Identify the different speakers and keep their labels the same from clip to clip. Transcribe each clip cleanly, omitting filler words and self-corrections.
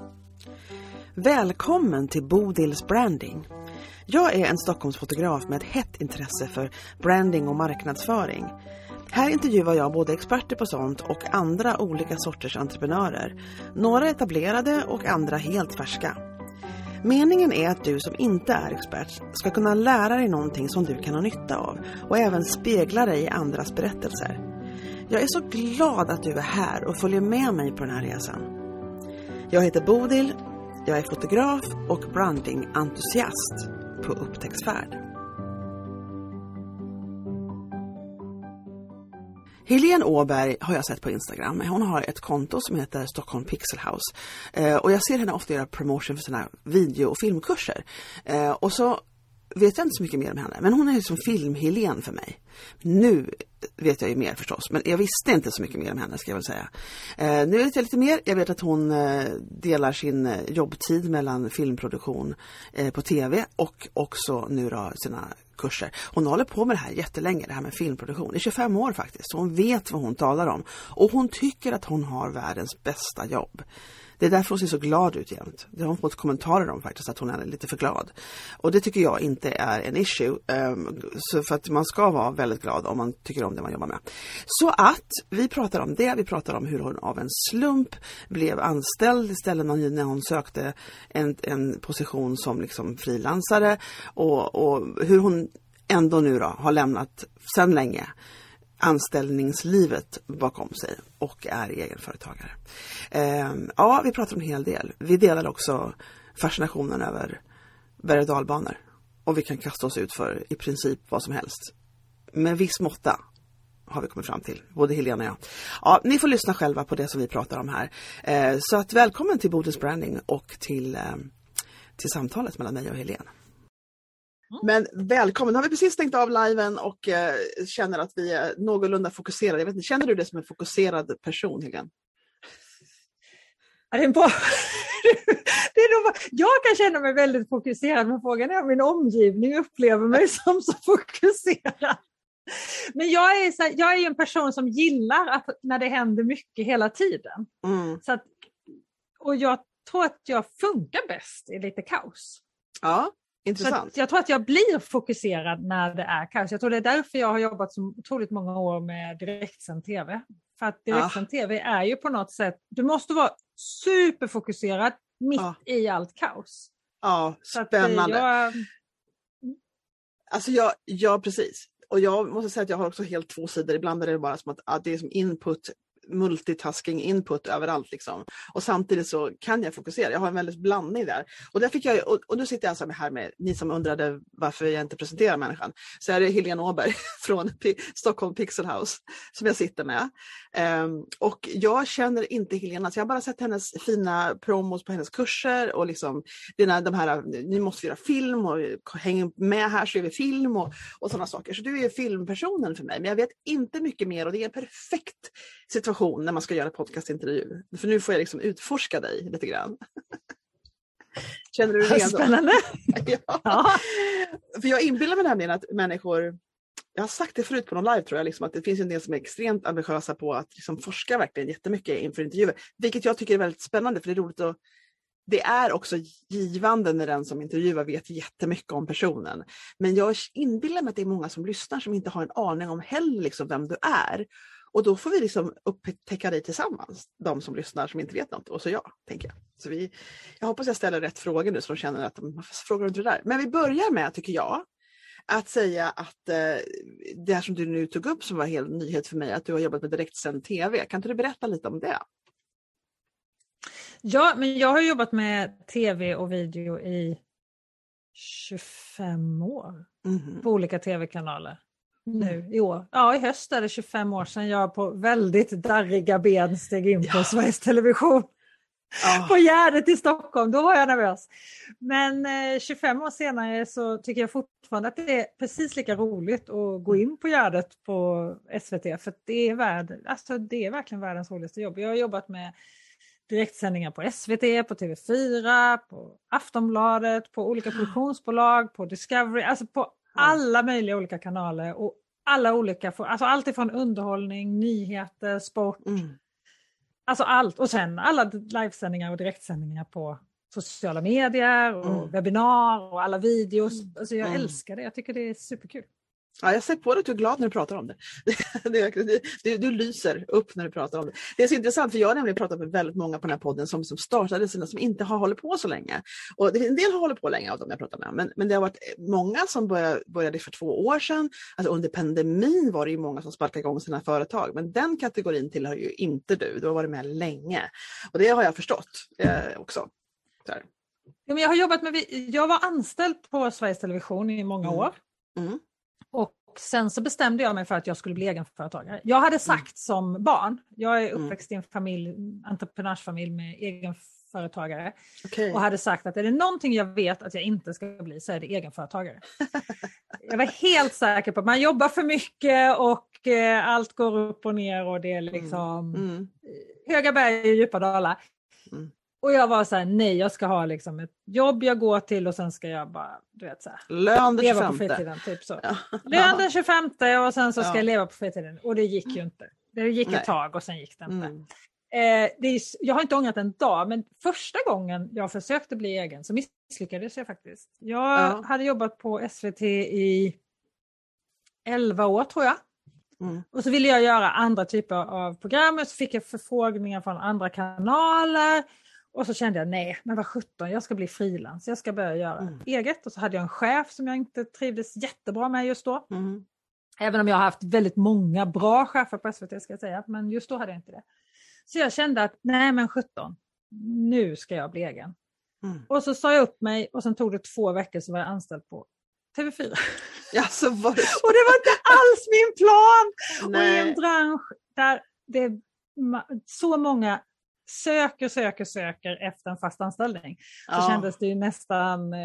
Speaker 1: Välkommen till Bodils Branding. Jag är en Stockholmsfotograf med ett hett intresse för branding och marknadsföring. Här intervjuar jag både experter på sånt och andra olika sorters entreprenörer. Några etablerade och andra helt färska. Meningen är att du som inte är expert ska kunna lära dig någonting som du kan ha nytta av och även spegla dig i andras berättelser. Jag är så glad att du är här och följer med mig på den här resan. Jag heter Bodil, jag är fotograf och brandingentusiast på upptäcktsfärd. Helene Åberg har jag sett på Instagram. Hon har ett konto som heter Stockholm Pixel House. Och jag ser henne ofta göra promotion för sina video- och filmkurser. Och så vet jag inte så mycket mer om henne. Men hon är som film-Helene för mig. Nu vet jag ju mer förstås. Men jag visste inte så mycket mer om henne, ska jag väl säga. Nu vet jag lite mer. Jag vet att hon delar sin jobbtid mellan filmproduktion på tv och också nu då sina kurser. Hon håller på med det här jättelänge, det här med filmproduktion. I 25 år faktiskt. Så hon vet vad hon talar om. Och hon tycker att hon har världens bästa jobb. Det är därför hon ser så glad ut jämt. Det har hon fått kommentarer om faktiskt, att hon är lite för glad. Och det tycker jag inte är en issue. Så för att man ska vara väldigt glad om man tycker om det man jobbar med. Så att vi pratar om det. Vi pratar om hur hon av en slump blev anställd istället när hon sökte en position som liksom frilansare. Och hur hon ändå nu då har lämnat sedan länge anställningslivet bakom sig och är egenföretagare. Ja, vi pratar om en hel del. Vi delar också fascinationen över berg- och dalbanor. Och vi kan kasta oss ut för i princip vad som helst. Med viss måtta har vi kommit fram till, både Helena och jag. Ja, ni får lyssna själva på det som vi pratar om här. Så att välkommen till Bodils Branding och till samtalet mellan mig och Helena. Men välkommen, har vi precis stängt av liven och känner att vi är någorlunda fokuserade. Jag vet inte, känner du det som en fokuserad person, Helene?
Speaker 2: Ja, det är bra. Jag kan känna mig väldigt fokuserad, men frågan är om min omgivning upplever mig som så fokuserad. Men jag är ju en person som gillar att när det händer mycket hela tiden. Så att, och jag tror att jag funkar bäst i lite kaos.
Speaker 1: Ja. Intressant.
Speaker 2: Jag tror att jag blir fokuserad när det är kaos. Jag tror det är därför jag har jobbat så otroligt många år med direktsänd tv. För att direktsänd tv är ju på något sätt, du måste vara superfokuserad mitt i allt kaos.
Speaker 1: Ja, spännande. Alltså jag precis. Och jag måste säga att jag har också helt två sidor. Ibland är det bara som att det är som input, multitasking input överallt liksom. Och samtidigt så kan jag fokusera. Jag har en väldigt blandning där. Och där fick jag, och nu sitter jag alltså här med ni som undrade varför jag inte presenterar människan. Så är det Helene Åberg från Stockholm Pixel House som jag sitter med. Och jag känner inte Helena, så jag har bara sett hennes fina promos på hennes kurser och liksom de här, ni måste göra film och häng med här så gör vi film och sådana saker. Så du är filmpersonen för mig, men jag vet inte mycket mer och det är en perfekt situation när man ska göra podcastintervju. För nu får jag liksom utforska dig lite grann. Känner du det redan?
Speaker 2: Spännande.
Speaker 1: Ja. För jag inbillar mig nämligen att människor, jag har sagt det förut på någon live tror jag, liksom, att det finns en del som är extremt ambitiösa på att liksom forska verkligen jättemycket inför intervjuer. Vilket jag tycker är väldigt spännande, för det är roligt att det är också givande när den som intervjuar vet jättemycket om personen. Men jag inbillar mig att det är många som lyssnar som inte har en aning om heller liksom vem du är. Och då får vi liksom upptäcka dig tillsammans, de som lyssnar som inte vet något. Och så jag, tänker jag. Så jag hoppas jag ställer rätt frågor nu så de känner att de frågar inte det där. Men vi börjar med, tycker jag, att säga att det här som du nu tog upp som var helt nyhet för mig, att du har jobbat med direktsänd tv. Kan inte du berätta lite om det?
Speaker 2: Ja, men jag har jobbat med tv och video i 25 år på olika tv-kanaler. Nu i år. Ja, i höst är det 25 år sedan jag på väldigt darriga ben steg in på Sveriges Television. På Gärdet i Stockholm, då var jag nervös. Men 25 år senare så tycker jag fortfarande att det är precis lika roligt att gå in på Gärdet på SVT. För det är verkligen världens roligaste jobb. Jag har jobbat med direktsändningar på SVT, på TV4, på Aftonbladet, på olika produktionsbolag, på Discovery, alltså på alla möjliga olika kanaler och alla olika, alltså allt ifrån underhållning, nyheter, sport, Alltså allt. Och sen alla livesändningar och direktsändningar på sociala medier och webbinar och alla videos. Alltså jag älskar det. Jag tycker det är superkul.
Speaker 1: Ja, jag ser på dig att du är glad när du pratar om det. Du lyser upp när du pratar om det. Det är så intressant, för jag har nämligen pratat med väldigt många på den här podden som startade sina, som inte har hållit på så länge. Och en del har hållit på länge av dem jag pratar med. Men det har varit många som började för 2 år sedan. Alltså under pandemin var det ju många som sparkade igång sina företag. Men den kategorin tillhör ju inte du. Du har varit med länge. Och det har jag förstått också. Ja,
Speaker 2: men jag var anställd på Sveriges Television i många år. Och sen så bestämde jag mig för att jag skulle bli egenföretagare. Jag hade sagt som barn, jag är uppväxt i en entreprenörsfamilj med egenföretagare. Och hade sagt att är det någonting jag vet att jag inte ska bli, så är det egenföretagare. Jag var helt säker på att man jobbar för mycket och allt går upp och ner och det är liksom höga berg och djupa dalar. Och jag var så här, nej, jag ska ha liksom ett jobb jag går till och sen ska jag bara, du vet så här,
Speaker 1: lön den 25.
Speaker 2: På fritiden, typ så. Ja. Lön den 25 och sen så ska jag leva på fritiden. Och det gick ju inte. Det gick ett tag och sen gick det inte. Jag har inte ångrat en dag, men första gången jag försökte bli egen så misslyckades jag faktiskt. Jag hade jobbat på SVT i 11 år tror jag. Och så ville jag göra andra typer av program och så fick jag förfrågningar från andra kanaler. Och så kände jag, nej, men vad 17, jag ska bli frilans. Jag ska börja göra eget. Och så hade jag en chef som jag inte trivdes jättebra med just då. Även om jag har haft väldigt många bra chefer på SVT ska jag säga. Men just då hade jag inte det. Så jag kände att, nej men 17, nu ska jag bli egen. Och så sa jag upp mig och sen tog det 2 veckor så var jag anställd på TV4.
Speaker 1: Ja, så var det så.
Speaker 2: Och det var inte alls min plan. Nej. Och i en bransch där det är så många söker efter en fast anställning. Så kändes det ju nästan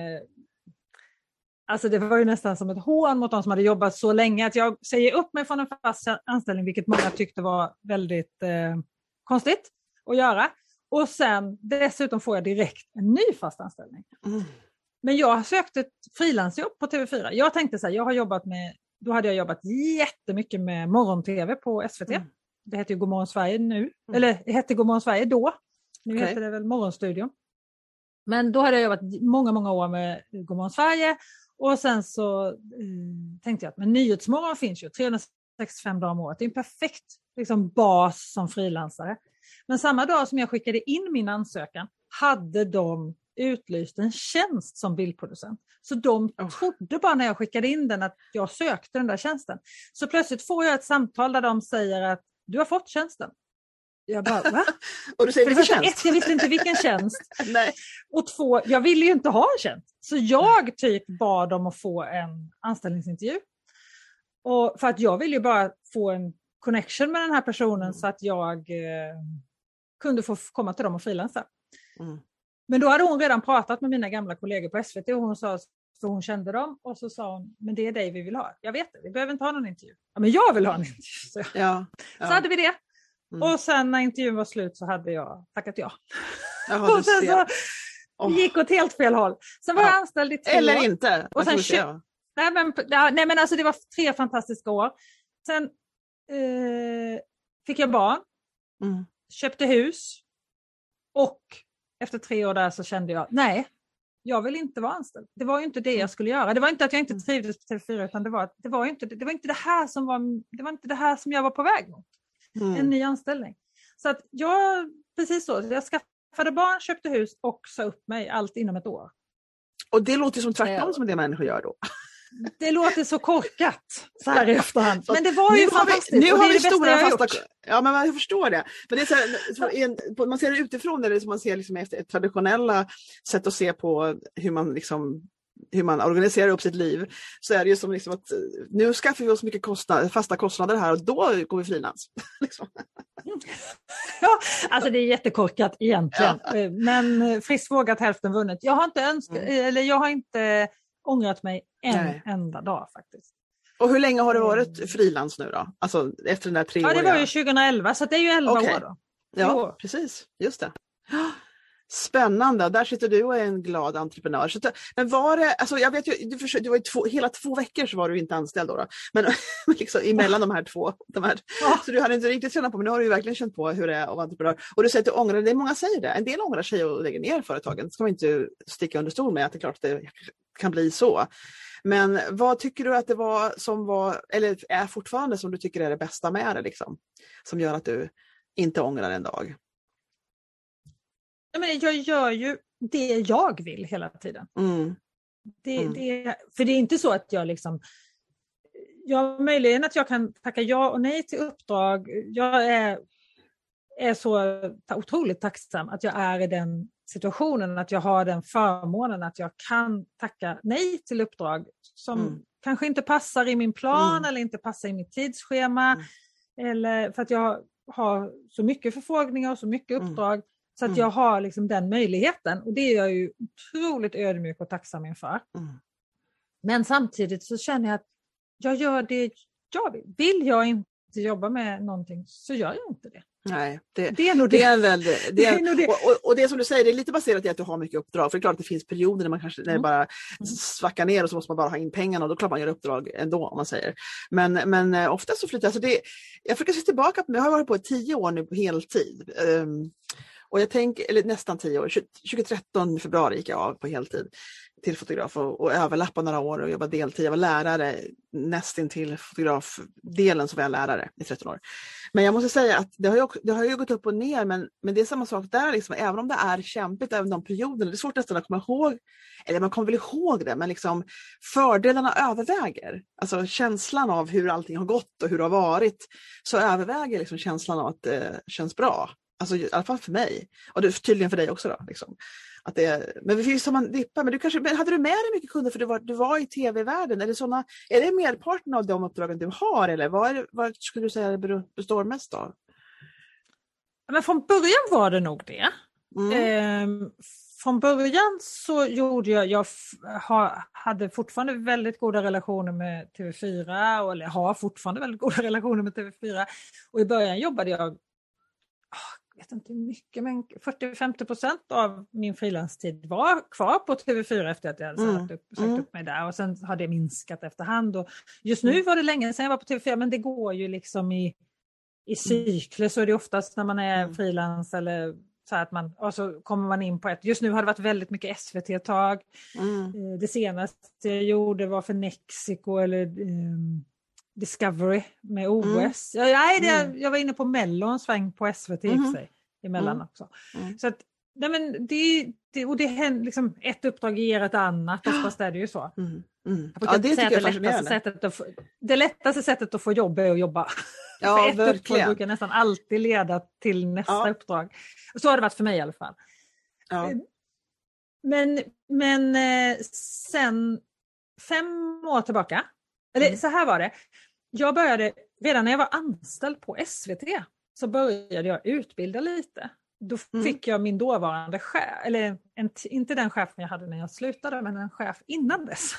Speaker 2: alltså det var ju nästan som ett hån mot de som hade jobbat så länge att jag säger upp mig från en fast anställning, vilket många tyckte var väldigt konstigt att göra. Och sen dessutom får jag direkt en ny fast anställning. Men jag sökte ett frilansjobb på TV4. Jag tänkte så här, då hade jag jobbat jättemycket med morgon-tv på SVT. Det heter ju Godmorgon Sverige nu. Eller det hette Godmorgon Sverige då. Nu heter det väl Morgonstudion. Men då hade jag jobbat många år med Godmorgon Sverige. Och sen så tänkte jag att men Nyhetsmorgon finns ju 365 dagar om året. Det är en perfekt liksom, bas som frilansare. Men samma dag som jag skickade in min ansökan hade de utlyst en tjänst som bildproducent. Så de trodde bara när jag skickade in den att jag sökte den där tjänsten. Så plötsligt får jag ett samtal där de säger att du har fått tjänsten. Jag bara, va?
Speaker 1: Och du säger vilken tjänst?
Speaker 2: 1, jag visste inte vilken tjänst.
Speaker 1: Nej.
Speaker 2: Och 2, jag ville ju inte ha en tjänst. Så jag typ bad om att få en anställningsintervju. Och för att jag ville ju bara få en connection med den här personen så att jag kunde få komma till dem och frilansa. Men då hade hon redan pratat med mina gamla kollegor på SVT och hon sa, för hon kände dem och så sa hon, men det är dig vi vill ha. Jag vet det, vi behöver inte ha någon intervju. Ja, men jag vill ha en intervju. Så hade vi det. Och sen när intervjun var slut så hade jag tackat ja. Och sen så gick åt helt fel håll. Sen var jag anställd i 3 år.
Speaker 1: Eller inte.
Speaker 2: Och sen nej men alltså det var 3 fantastiska år. Sen fick jag barn. Köpte hus. Och efter 3 år där så kände jag, nej, jag vill inte vara anställd. Det var ju inte det jag skulle göra. Det var inte att jag inte trivdes på TV4 utan det var inte det här som jag var på väg mot. En ny anställning. Så att jag skaffade barn, köpte hus och sa upp mig allt inom ett år. Och
Speaker 1: det låter som tvärtom som det människor gör då.
Speaker 2: Det låter så korkat så här i efterhand. Men det var ju fantastiskt.
Speaker 1: Nu har vi stora fasta... Ja, men jag förstår det. Men det är så här, man ser det utifrån, eller som man ser liksom efter ett traditionella sätt att se på hur man organiserar upp sitt liv, så är det ju som liksom att nu skaffar vi oss mycket fasta kostnader här och då går vi frilans. Liksom.
Speaker 2: Ja, alltså det är jättekorkat egentligen. Ja. Men friskt vågat, hälften vunnet. Jag har inte ångrat mig en enda dag faktiskt.
Speaker 1: Och hur länge har det varit frilans nu då? Alltså efter den där 3 åren?
Speaker 2: Ja, det var ju 2011, så det är ju 11 år då.
Speaker 1: Ja, precis. Just det. Spännande, där sitter du och är en glad entreprenör. Så, men var det, alltså jag vet ju, du var ju hela 2 veckor så var du inte anställd då. Men liksom emellan de här två. Så du hade inte riktigt känt på, men nu har du ju verkligen känt på hur det är att vara entreprenör. Och du säger att du ångrar det, många säger det. En del ångrar sig och lägger ner företagen. Det ska man inte sticka under stol med, att det är klart att det kan bli så. Men vad tycker du att det var som var, eller är fortfarande som du tycker är det bästa med det liksom? Som gör att du inte ångrar en dag?
Speaker 2: Men jag gör ju det jag vill hela tiden. För det är inte så att jag liksom... möjligen att jag kan tacka ja och nej till uppdrag. Jag är så otroligt tacksam att jag är i den situationen, att jag har den förmånen att jag kan tacka nej till uppdrag som kanske inte passar i min plan eller inte passar i mitt tidsschema. Eller för att jag har så mycket förfrågningar och så mycket uppdrag. Så att jag har liksom den möjligheten. Och det är jag ju otroligt ödmjuk och tacksam inför. Men samtidigt så känner jag att jag gör det jag vill. Vill jag inte jobba med någonting så gör jag inte det.
Speaker 1: Nej,
Speaker 2: det är nog det.
Speaker 1: Och det som du säger, det är lite baserat i att du har mycket uppdrag. För det är klart att det finns perioder när man kanske när det bara svackar ner och så måste man bara ha in pengarna och då klarar man göra uppdrag ändå om man säger. Men ofta så flyttar alltså jag försöker se tillbaka på, jag har varit på 10 år nu på heltid. Och jag tänker, eller nästan 10 år, 2013 februari gick jag av på heltid till fotograf och överlappade några år och jobbade deltid. Jag var lärare nästintill fotografdelen så var jag lärare i 13 år. Men jag måste säga att det har ju gått upp och ner men det är samma sak där liksom, även om det är kämpigt, även de perioderna, det är svårt nästan att komma ihåg, eller man kommer väl ihåg det, men liksom fördelarna överväger. Alltså känslan av hur allting har gått och hur det har varit, så överväger liksom känslan av att det känns bra. Alltså i alla fall för mig. Och det är tydligen för dig också då. Liksom. Att men det finns som man dippar. Men hade du med dig mycket kunder för du var i tv-världen? Är det merparten av de uppdragen du har? Eller vad skulle du säga det består mest av?
Speaker 2: Men från början var det nog det. Från början så gjorde jag hade fortfarande väldigt goda relationer med TV4. Eller har fortfarande väldigt goda relationer med TV4. Och i början jobbade jag vet inte hur mycket, men 40-50% av min frilanstid var kvar på TV4 efter att jag hade sökt upp mig där. Och sen har det minskat efterhand. Och just nu var det länge sedan jag var på TV4, men det går ju liksom i cykler. Så är det oftast när man är frilans eller så att och så kommer man in på ett. Just nu har det varit väldigt mycket SVT-tag. Det senaste jag gjorde var för Mexico eller... Discovery med OS. Jag var inne på Mello en sväng på SVT i sig emellan också. Så att det händer liksom ett uppdrag ger ett annat, fast är det ju så.
Speaker 1: Ja, det tycker jag är fascinerande.
Speaker 2: Det lättaste sättet att få jobb är att jobba.
Speaker 1: Ja,
Speaker 2: för ett uppdrag brukar nästan alltid leda till nästa uppdrag. Så har det varit för mig i alla fall.
Speaker 1: Ja.
Speaker 2: Men sen 5 år tillbaka, eller så här var det. Jag började, redan när jag var anställd på SVT så började jag utbilda lite. Då fick jag min dåvarande chef, eller inte den chefen jag hade när jag slutade, men en chef innan dess.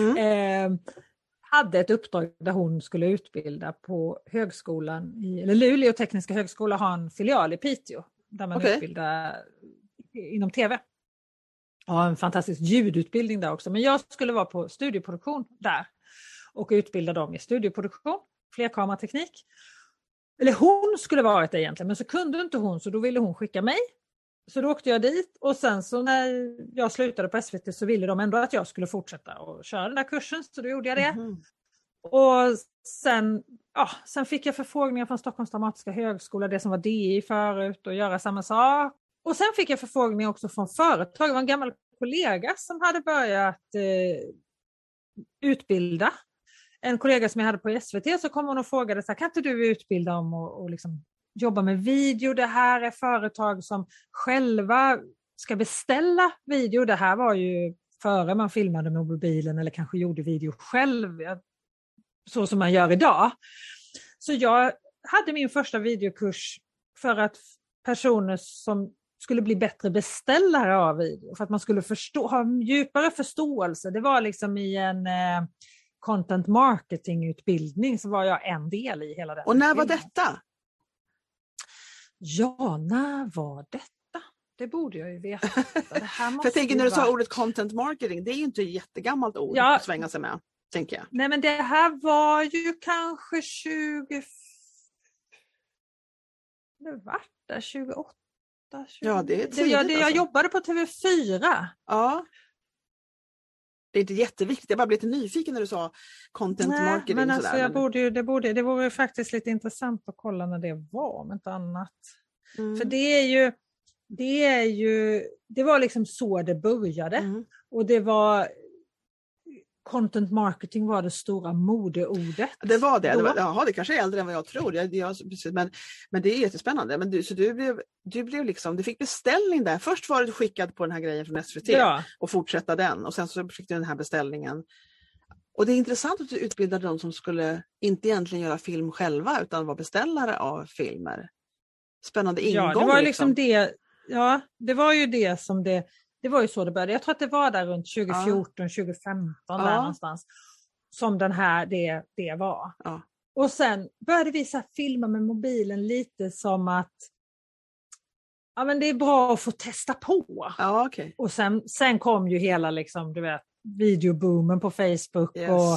Speaker 2: Hade ett uppdrag där hon skulle utbilda på högskolan, eller Luleå tekniska högskola har en filial i Piteå där man utbildar inom tv. Ja, en fantastisk ljudutbildning där också, men jag skulle vara på studioproduktion där. Och utbilda dem i studioproduktion, flerkamerateknik. Eller hon skulle varit det egentligen, men så kunde inte hon, så då ville hon skicka mig. Så då åkte jag dit och sen så när jag slutade på SVT så ville de ändå att jag skulle fortsätta och köra den där kursen, så då gjorde jag det. Och sen fick jag förfrågningar från Stockholms Dramatiska högskola, det som var DI förut, och göra samma sak. Och sen fick jag förfrågningar också från företag. Det var en gammal kollega som hade börjat utbilda. En kollega som jag hade på SVT, så kom hon och frågade så här, kan inte du utbilda om och liksom jobba med video? Det här är företag som själva ska beställa video. Det här var ju före man filmade med mobilen eller kanske gjorde video själv, så som man gör idag. Så jag hade min första videokurs för att personer som skulle bli bättre beställare av video, för att man skulle ha djupare förståelse. Det var liksom i en content marketing-utbildning, så var jag en del i hela den.
Speaker 1: Och när var detta?
Speaker 2: Ja, när var detta? det borde jag ju veta. Det här måste
Speaker 1: För jag tänker när du
Speaker 2: vara...
Speaker 1: sa ordet content marketing, det är ju inte ett jättegammalt ord att svänga sig med, tänker jag.
Speaker 2: Nej, men det här var ju kanske 20... Det var där 28. 20...
Speaker 1: Ja, det är tidigt,
Speaker 2: jag jobbade på TV4.
Speaker 1: Ja. Det är inte jätteviktigt, jag bara blev lite nyfiken när du sa content marketing.
Speaker 2: Men alltså,
Speaker 1: sådär,
Speaker 2: det vore faktiskt lite intressant att kolla när det var, om inte annat. För det var liksom så det började. Och det var content marketing var det stora modeordet.
Speaker 1: Det var det. Det kanske är äldre än vad jag tror. Men det är jättespännande. Men du blev liksom, du fick beställning där. Först var du skickad på den här grejen från SVT och fortsätta den. Och sen så fick du den här beställningen. Och det är intressant att du utbildade de som skulle inte egentligen göra film själva utan vara beställare av filmer. Spännande ingång.
Speaker 2: Ja, det var liksom det. Ja, det var ju det som det var ju så det började. Jag tror att det var där runt 2014, 2015 där någonstans som den här det var. Ja. Och sen började vi så filma med mobilen lite som att men det är bra att få testa på.
Speaker 1: Ja, okay.
Speaker 2: Och sen kom ju hela liksom, du vet, videoboomen på Facebook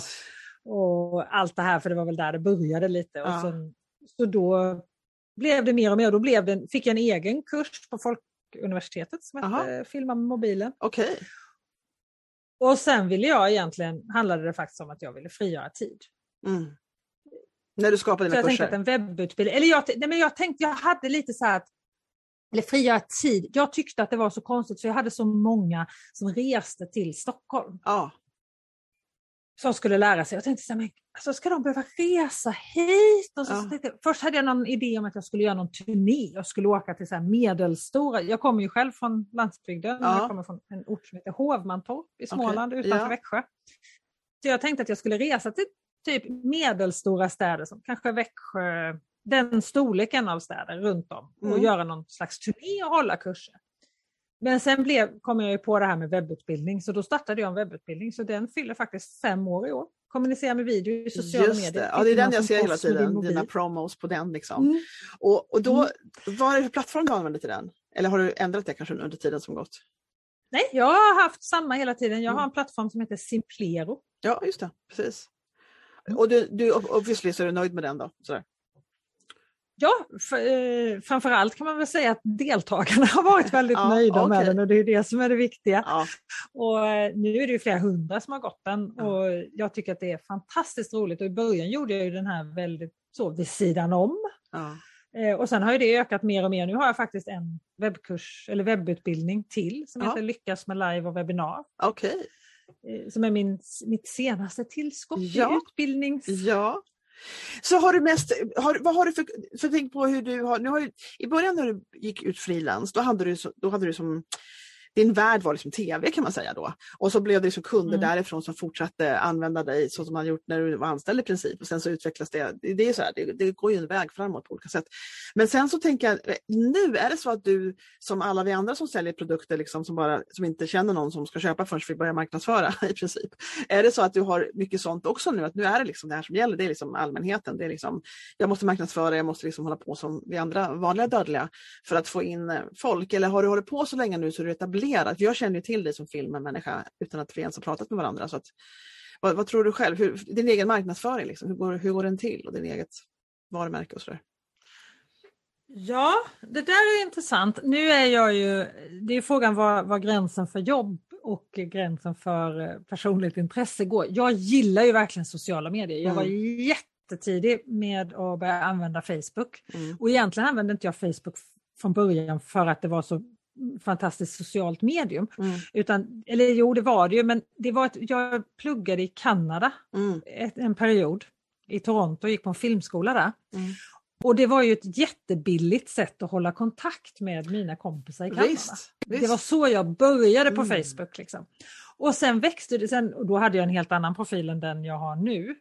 Speaker 2: och allt det här, för det var väl där det började lite. Ja. Och sen, så då blev det mer och mer. Då fick jag en egen kurs på Folkuniversitetet som hette Filma med mobilen.
Speaker 1: Okay.
Speaker 2: Och sen handlade det faktiskt om att jag ville frigöra tid.
Speaker 1: När du skapade dina kurser?
Speaker 2: Jag tänkte att en webbutbildning, eller jag hade lite så här att, eller frigöra tid. Jag tyckte att det var så konstigt för jag hade så många som reste till Stockholm.
Speaker 1: Ja.
Speaker 2: Som skulle lära sig. Jag tänkte så här, men alltså, ska de behöva resa hit? Och så tänkte, först hade jag någon idé om att jag skulle göra någon turné. Jag skulle åka till så här medelstora. Jag kommer ju själv från landsbygden. Jag kommer från en ort som heter Hovmantorp i Småland utanför Växjö. Så jag tänkte att jag skulle resa till typ medelstora städer som kanske Växjö, den storleken av städer runt om. Och göra någon slags turné och hålla kurser. Men sen kom jag ju på det här med webbutbildning, så då startade jag en webbutbildning, så den fyller faktiskt 5 år i år. Kommunicera med video i sociala medier.
Speaker 1: Ja, det är den jag ser hela tiden, dina promos på den liksom. Och då, vad är det för plattform du använder till den? Eller har du ändrat det kanske under tiden som gått?
Speaker 2: Nej, jag har haft samma hela tiden. Jag har en plattform som heter Simplero.
Speaker 1: Ja, just det, precis. Och du obviously så är du nöjd med den då? Sådär.
Speaker 2: Ja, framförallt kan man väl säga att deltagarna har varit väldigt nöjda med den, och det är det som är det viktiga. Ja. Och nu är det ju flera 100 som har gått den och jag tycker att det är fantastiskt roligt, och i början gjorde jag ju den här väldigt så vid sidan om. Ja. Och sen har ju det ökat mer och mer. Nu har jag faktiskt en webbkurs eller webbutbildning till som heter Lyckas med live och webbinar.
Speaker 1: Okej.
Speaker 2: Som är mitt senaste tillskott i utbildnings...
Speaker 1: Ja. Så har du vad har du för tänk på hur du har, i början när du gick ut frilans, då hade du som din värld var liksom tv kan man säga då. Och så blev det liksom kunder därifrån som fortsatte använda dig så som man gjort när du var anställd i princip. Och sen så utvecklas det är så här, det går ju en väg framåt på olika sätt. Men sen så tänker jag, nu är det så att du, som alla vi andra som säljer produkter liksom, som inte känner någon som ska köpa förrän vi börjar marknadsföra i princip. Är det så att du har mycket sånt också nu? Att nu är det liksom det här som gäller, det är liksom allmänheten. Det är liksom, jag måste marknadsföra, jag måste liksom hålla på som vi andra vanliga dödliga för att få in folk. Eller har du hållit på så länge nu så du etablerat? För jag känner ju till dig som filmmänniska utan att vi ens har pratat med varandra. Så att, vad tror du själv? Din egen marknadsföring, liksom, hur går den till? Och din eget varumärke och sådär.
Speaker 2: Ja, det där är intressant. Nu är jag ju, det är frågan var gränsen för jobb och gränsen för personligt intresse går. Jag gillar ju verkligen sociala medier. Jag var jättetidig med att börja använda Facebook. Och egentligen använde inte jag Facebook från början för att det var så fantastiskt socialt medium. Det var det ju, men jag pluggade i Kanada en period i Toronto och gick på en filmskola där. Och det var ju ett jättebilligt sätt att hålla kontakt med mina kompisar i Kanada. Visst. Det var så jag började på Facebook liksom. Och sen växte det, och då hade jag en helt annan profil än den jag har nu.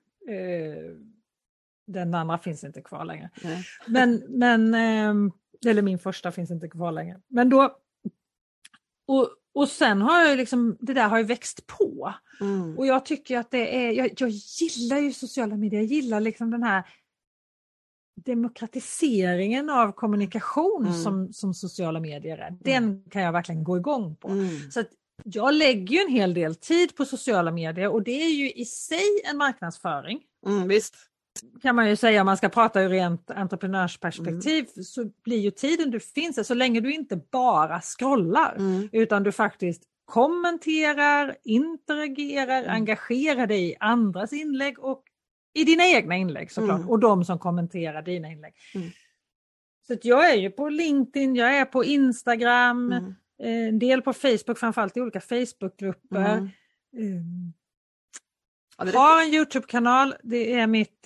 Speaker 2: Den andra finns inte kvar längre. Men eller min första finns inte kvar längre. Men då och sen har jag liksom, det där har ju växt på. Och jag tycker att det är, jag gillar ju sociala medier, jag gillar liksom den här demokratiseringen av kommunikation som sociala medier är, den kan jag verkligen gå igång på. Så att jag lägger ju en hel del tid på sociala medier och det är ju i sig en marknadsföring.
Speaker 1: Visst.
Speaker 2: Kan man ju säga, om man ska prata ur rent entreprenörsperspektiv, så blir ju tiden du finns så länge du inte bara scrollar utan du faktiskt kommenterar, interagerar, engagerar dig i andras inlägg och i dina egna inlägg såklart, och de som kommenterar dina inlägg. Så att jag är ju på LinkedIn, jag är på Instagram, en del på Facebook, framförallt i olika Facebookgrupper. Har en YouTube-kanal, det är mitt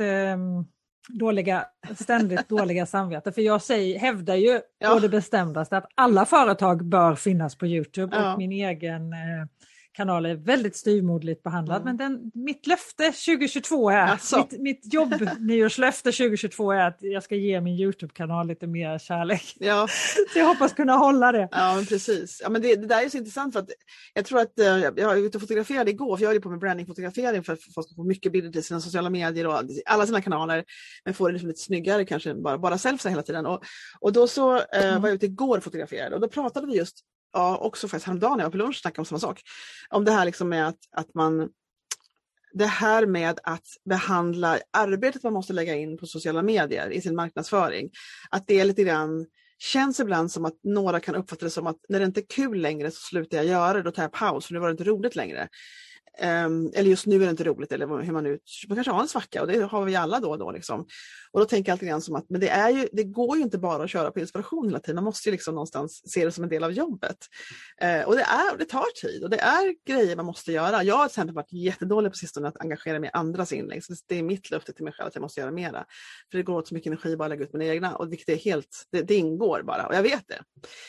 Speaker 2: ständigt dåliga samvete. För jag hävdar ju på det bestämdaste att alla företag bör finnas på YouTube och min egen kanal är väldigt styvmoderligt behandlad. Men mitt löfte 2022 är, mitt jobb-nyårslöfte 2022 är att jag ska ge min YouTube-kanal lite mer kärlek. Ja. Så jag hoppas kunna hålla det.
Speaker 1: Ja, men precis. Ja, men det där är så intressant för att jag tror att jag var ute och fotograferade igår, för jag är på med brandingfotografering för att folk ska få mycket bilder till sina sociala medier och alla sina kanaler, men får det liksom lite snyggare, kanske bara selfie hela tiden. Och då så var jag ute igår och fotograferade och då pratade vi just också faktiskt häromdagen när jag var på lunch snackade om samma sak. Om det här liksom med att man, det här med att behandla arbetet man måste lägga in på sociala medier i sin marknadsföring. Att det är lite grann, känns ibland som att några kan uppfatta det som att när det inte är kul längre så slutar jag göra det, då tar jag paus för nu var det inte roligt längre. Eller just nu är det inte roligt, eller hur man kanske har en svacka, och det har vi alla då och då liksom. Och då tänker jag alltid grann som att, men det går ju inte bara att köra på inspiration hela tiden, man måste ju liksom någonstans se det som en del av jobbet. Och det tar tid och det är grejer man måste göra. Jag har till exempel varit jättedålig på sistone att engagera mig i andras inlägg, så det är mitt löfte till mig själv att jag måste göra mera. För det går åt så mycket energi bara att lägga ut mina egna, och vilket är helt, det ingår bara, och jag vet det.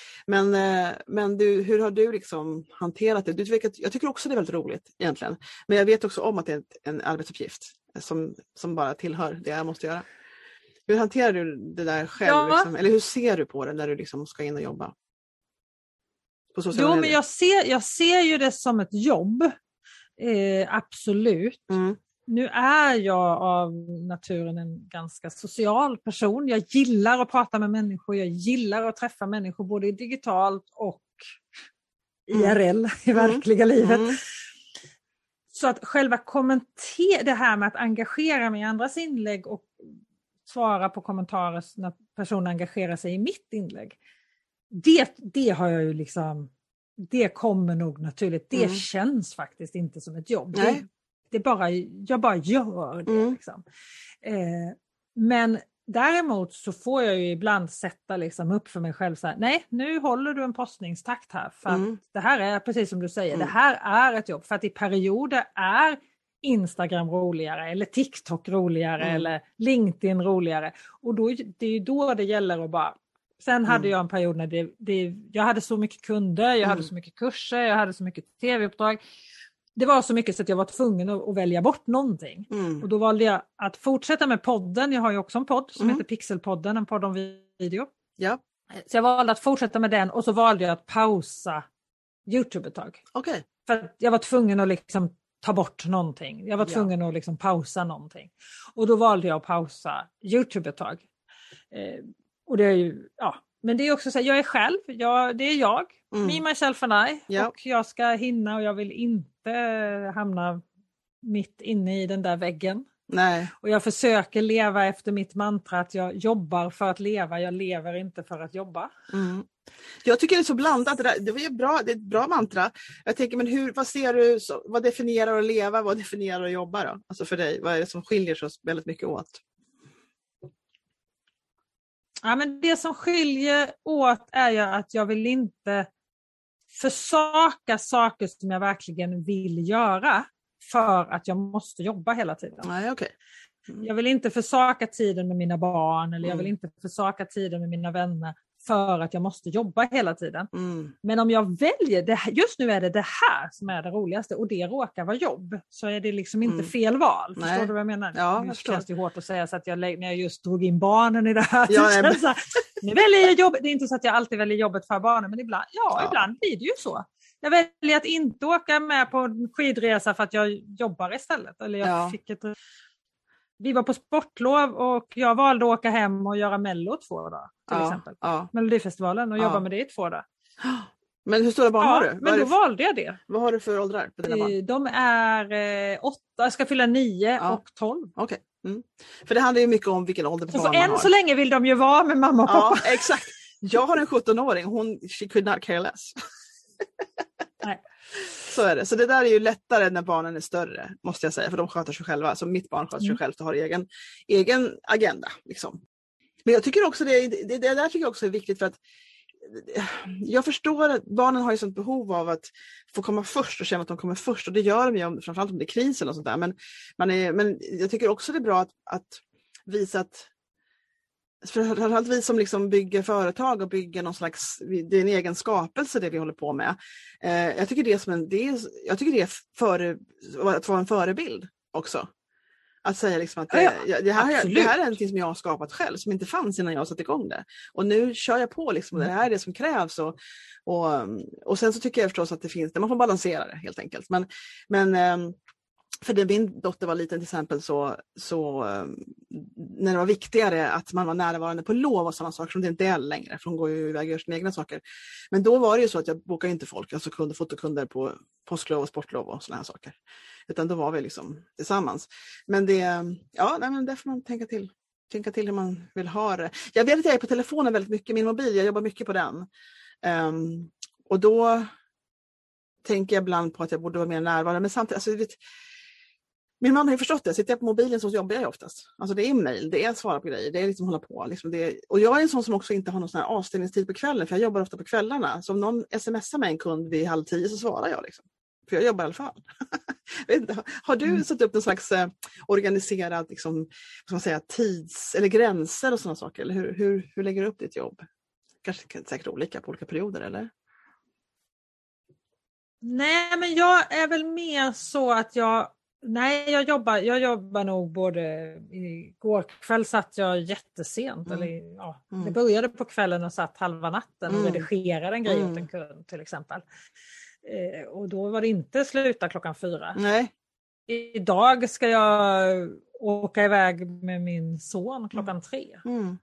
Speaker 1: Men du, hur har du liksom hanterat det? Jag tycker också det är väldigt roligt egentligen. Men jag vet också om att det är en arbetsuppgift som bara tillhör det jag måste göra. Hur hanterar du det där själv? Ja. Liksom? Eller hur ser du på det när du liksom ska in och jobba? På sociala medier?
Speaker 2: Men jag ser ju det som ett jobb. Absolut. Nu är jag av naturen en ganska social person. Jag gillar att prata med människor. Jag gillar att träffa människor både digitalt och IRL, i verkliga livet. Så att själva det här med att engagera mig i andras inlägg och svara på kommentarer när personer engagerar sig i mitt inlägg. Det har jag ju liksom, det kommer nog naturligt. Det känns faktiskt inte som ett jobb. Jag bara gör det. Liksom. Men däremot så får jag ju ibland sätta liksom upp för mig själv så här, nej, nu håller du en postningstakt här. För att det här är, precis som du säger, det här är ett jobb. För att i perioder är Instagram roligare eller TikTok roligare eller LinkedIn roligare. Och då, det är ju då det gäller att bara... Sen hade jag en period när jag hade så mycket kunder, jag hade så mycket kurser, jag hade så mycket tv-uppdrag. Det var så mycket så att jag var tvungen att välja bort någonting. Och då valde jag att fortsätta med podden. Jag har ju också en podd som heter Pixelpodden, en podd om video. Ja. Så jag valde att fortsätta med den och så valde jag att pausa YouTube ett tag.
Speaker 1: Okay.
Speaker 2: För att jag var tvungen att liksom ta bort någonting. Jag var tvungen att liksom pausa någonting. Och då valde jag att pausa YouTube ett tag. Och det är ju, men det är också så här, jag är själv, det är jag, me, myself and I. Och jag ska hinna och jag vill inte hamna mitt inne i den där väggen.
Speaker 1: Nej.
Speaker 2: Och jag försöker leva efter mitt mantra att jag jobbar för att leva, jag lever inte för att jobba.
Speaker 1: Jag tycker det är så blandat, det är ett bra mantra. Jag tänker, men vad ser du, vad definierar att leva, vad definierar att jobba då? Alltså för dig, vad är det som skiljer sig väldigt mycket åt?
Speaker 2: Ja, men det som skiljer åt är ju att jag vill inte försaka saker som jag verkligen vill göra för att jag måste jobba hela tiden.
Speaker 1: Nej, okay.
Speaker 2: Jag vill inte försaka tiden med mina barn eller jag vill inte försaka tiden med mina vänner för att jag måste jobba hela tiden. Men om jag väljer, just nu är det här som är det roligaste och det råkar vara jobb, så är det liksom inte fel val.
Speaker 1: Nej.
Speaker 2: Förstår du vad jag menar?
Speaker 1: Ja,
Speaker 2: nu
Speaker 1: jag
Speaker 2: känns det hårt att säga så att när jag just drog in barnen i det här.
Speaker 1: Ja,
Speaker 2: nu väljer jag jobb. Det är inte så att jag alltid väljer jobbet för barnen, men ibland blir det ju så. Jag väljer att inte åka med på en skidresa för att jag jobbar istället. Eller jag fick ett... vi var på sportlov och jag valde att åka hem och göra Mello 2 dagar till exempel.
Speaker 1: Ja.
Speaker 2: Melodifestivalen och jobba med det i 2 dagar.
Speaker 1: Men hur stora barn har du?
Speaker 2: Men då valde jag det.
Speaker 1: Vad har du för åldrar på dina barn?
Speaker 2: De är 8, jag ska fylla 9 och 12.
Speaker 1: Okej. För det handlar ju mycket om vilken ålder på barn man har.
Speaker 2: Än så länge vill de ju vara med mamma och pappa.
Speaker 1: Ja, exakt. Jag har en 17-åring, she could not care less.
Speaker 2: Nej.
Speaker 1: Så är det. Så det där är ju lättare när barnen är större, måste jag säga, för de sköter sig själva. Så mitt barn sköter sig själv och har egen agenda. Liksom. Men jag tycker också det där tycker jag också är viktigt, för att jag förstår att barnen har ju sånt behov av att få komma först och känna att de kommer först, och det gör de ju framförallt om det är kris eller sånt där. Men jag tycker också det är bra att visa att, framförallt vi som liksom bygger företag och bygger någon slags, det är en egen skapelse det vi håller på med. Jag tycker det är att vara en förebild också. Att säga liksom att det här är någonting som jag har skapat själv, som inte fanns innan jag satte igång det. Och nu kör jag på liksom, det här är det som krävs. Och sen så tycker jag förstås att det finns, man får balansera det helt enkelt. Men för när min dotter var liten till exempel så när det var viktigare att man var närvarande på lov och sådana saker som det inte är längre, för hon går ju iväg och gör sina egna saker. Men då var det ju så att jag bokade inte folk, alltså fotokunder på påsklov och sportlov och sådana här saker. Utan då var vi liksom tillsammans. Men det får man tänka till hur man vill ha det. Jag vet att jag är på telefonen väldigt mycket, min mobil, jag jobbar mycket på den. Och då tänker jag ibland på att jag borde vara mer närvarande. Men samtidigt, alltså, min man har ju förstått det. Sitter jag på mobilen så jobbar jag oftast. Alltså det är mejl, det är att svara på grejer, det är liksom hålla på. Liksom och jag är en sån som också inte har någon sån här avställningstid på kvällen, för jag jobbar ofta på kvällarna. Så om någon smsar med en kund vid 9:30 så svarar jag liksom. För jag jobbar i alla fall. Har du satt upp någon slags organiserad liksom, vad ska man säga, tids- eller gränser och sådana saker? Eller hur lägger du upp ditt jobb? Kanske säkert olika på olika perioder, eller?
Speaker 2: Nej, men jag är väl mer så att jag jobbar nog både, igår kväll satt jag jättesent, det började på kvällen och satt halva natten och redigerade en grej åt en kund till exempel. Och då var det inte sluta 4:00.
Speaker 1: Nej.
Speaker 2: Idag ska jag åka iväg med min son 3:00.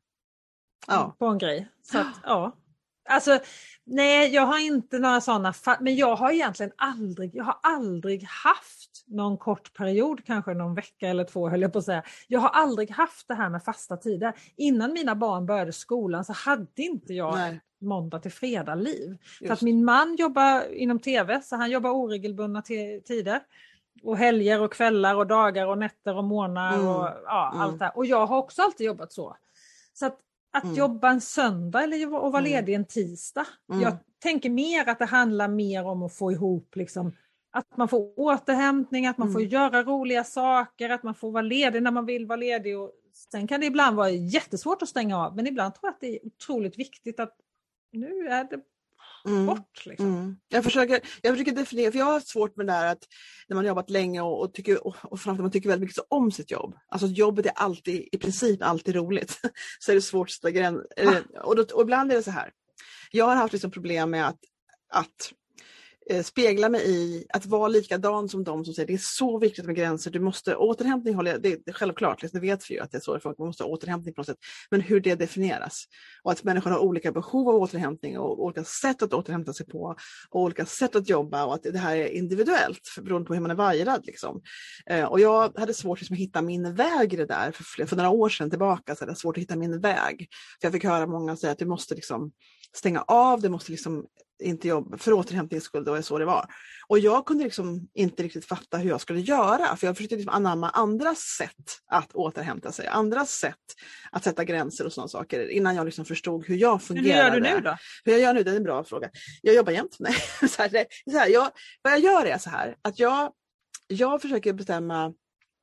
Speaker 2: På en grej. Så att, alltså, nej, jag har inte några sådana, men jag har egentligen aldrig haft någon kort period, kanske någon vecka eller 2 höll jag på att säga. Jag har aldrig haft det här med fasta tider. Innan mina barn började skolan så hade inte jag måndag till fredag liv. För att min man jobbar inom tv, så han jobbar oregelbundna tider. Och helger och kvällar och dagar och nätter och månader och allt det här. Och jag har också alltid jobbat så. Så att jobba en söndag eller och vara ledig en tisdag. Jag tänker mer att det handlar mer om att få ihop liksom, att man får återhämtning, att man får göra roliga saker, att man får vara ledig när man vill vara ledig. Och sen kan det ibland vara jättesvårt att stänga av, men ibland tror jag att det är otroligt viktigt att nu är det bort. Liksom.
Speaker 1: Jag försöker definiera, för jag har svårt med det där att när man jobbat länge och framförallt man tycker väldigt mycket om sitt jobb. Alltså jobbet är alltid, i princip alltid roligt. Så är det svårt att sätta gräns. Och ibland är det så här. Jag har haft liksom problem med att spegla mig i att vara likadan som de som säger det är så viktigt med gränser, du måste återhämtning, det är självklart, det vet vi ju att det är så, folk måste ha återhämtning på något sätt, men hur det definieras och att människor har olika behov av återhämtning och olika sätt att återhämta sig på och olika sätt att jobba och att det här är individuellt beroende på hur man är vajrad liksom. Och jag hade svårt liksom, att hitta min väg i det där för några år sedan tillbaka, så hade jag svårt att hitta min väg, för jag fick höra många säga att du måste liksom stänga av, det måste liksom inte jobba för återhämtningens skull, då är så det var. Och jag kunde liksom inte riktigt fatta hur jag skulle göra, för jag försökte liksom anamma andras sätt att återhämta sig, andras sätt att sätta gränser och sådana saker innan jag liksom förstod hur jag fungerade.
Speaker 2: Hur gör du nu då?
Speaker 1: Hur jag gör nu, det är en bra fråga. Jag jobbar jämt. Nej. Vad jag gör är så här, att jag försöker bestämma.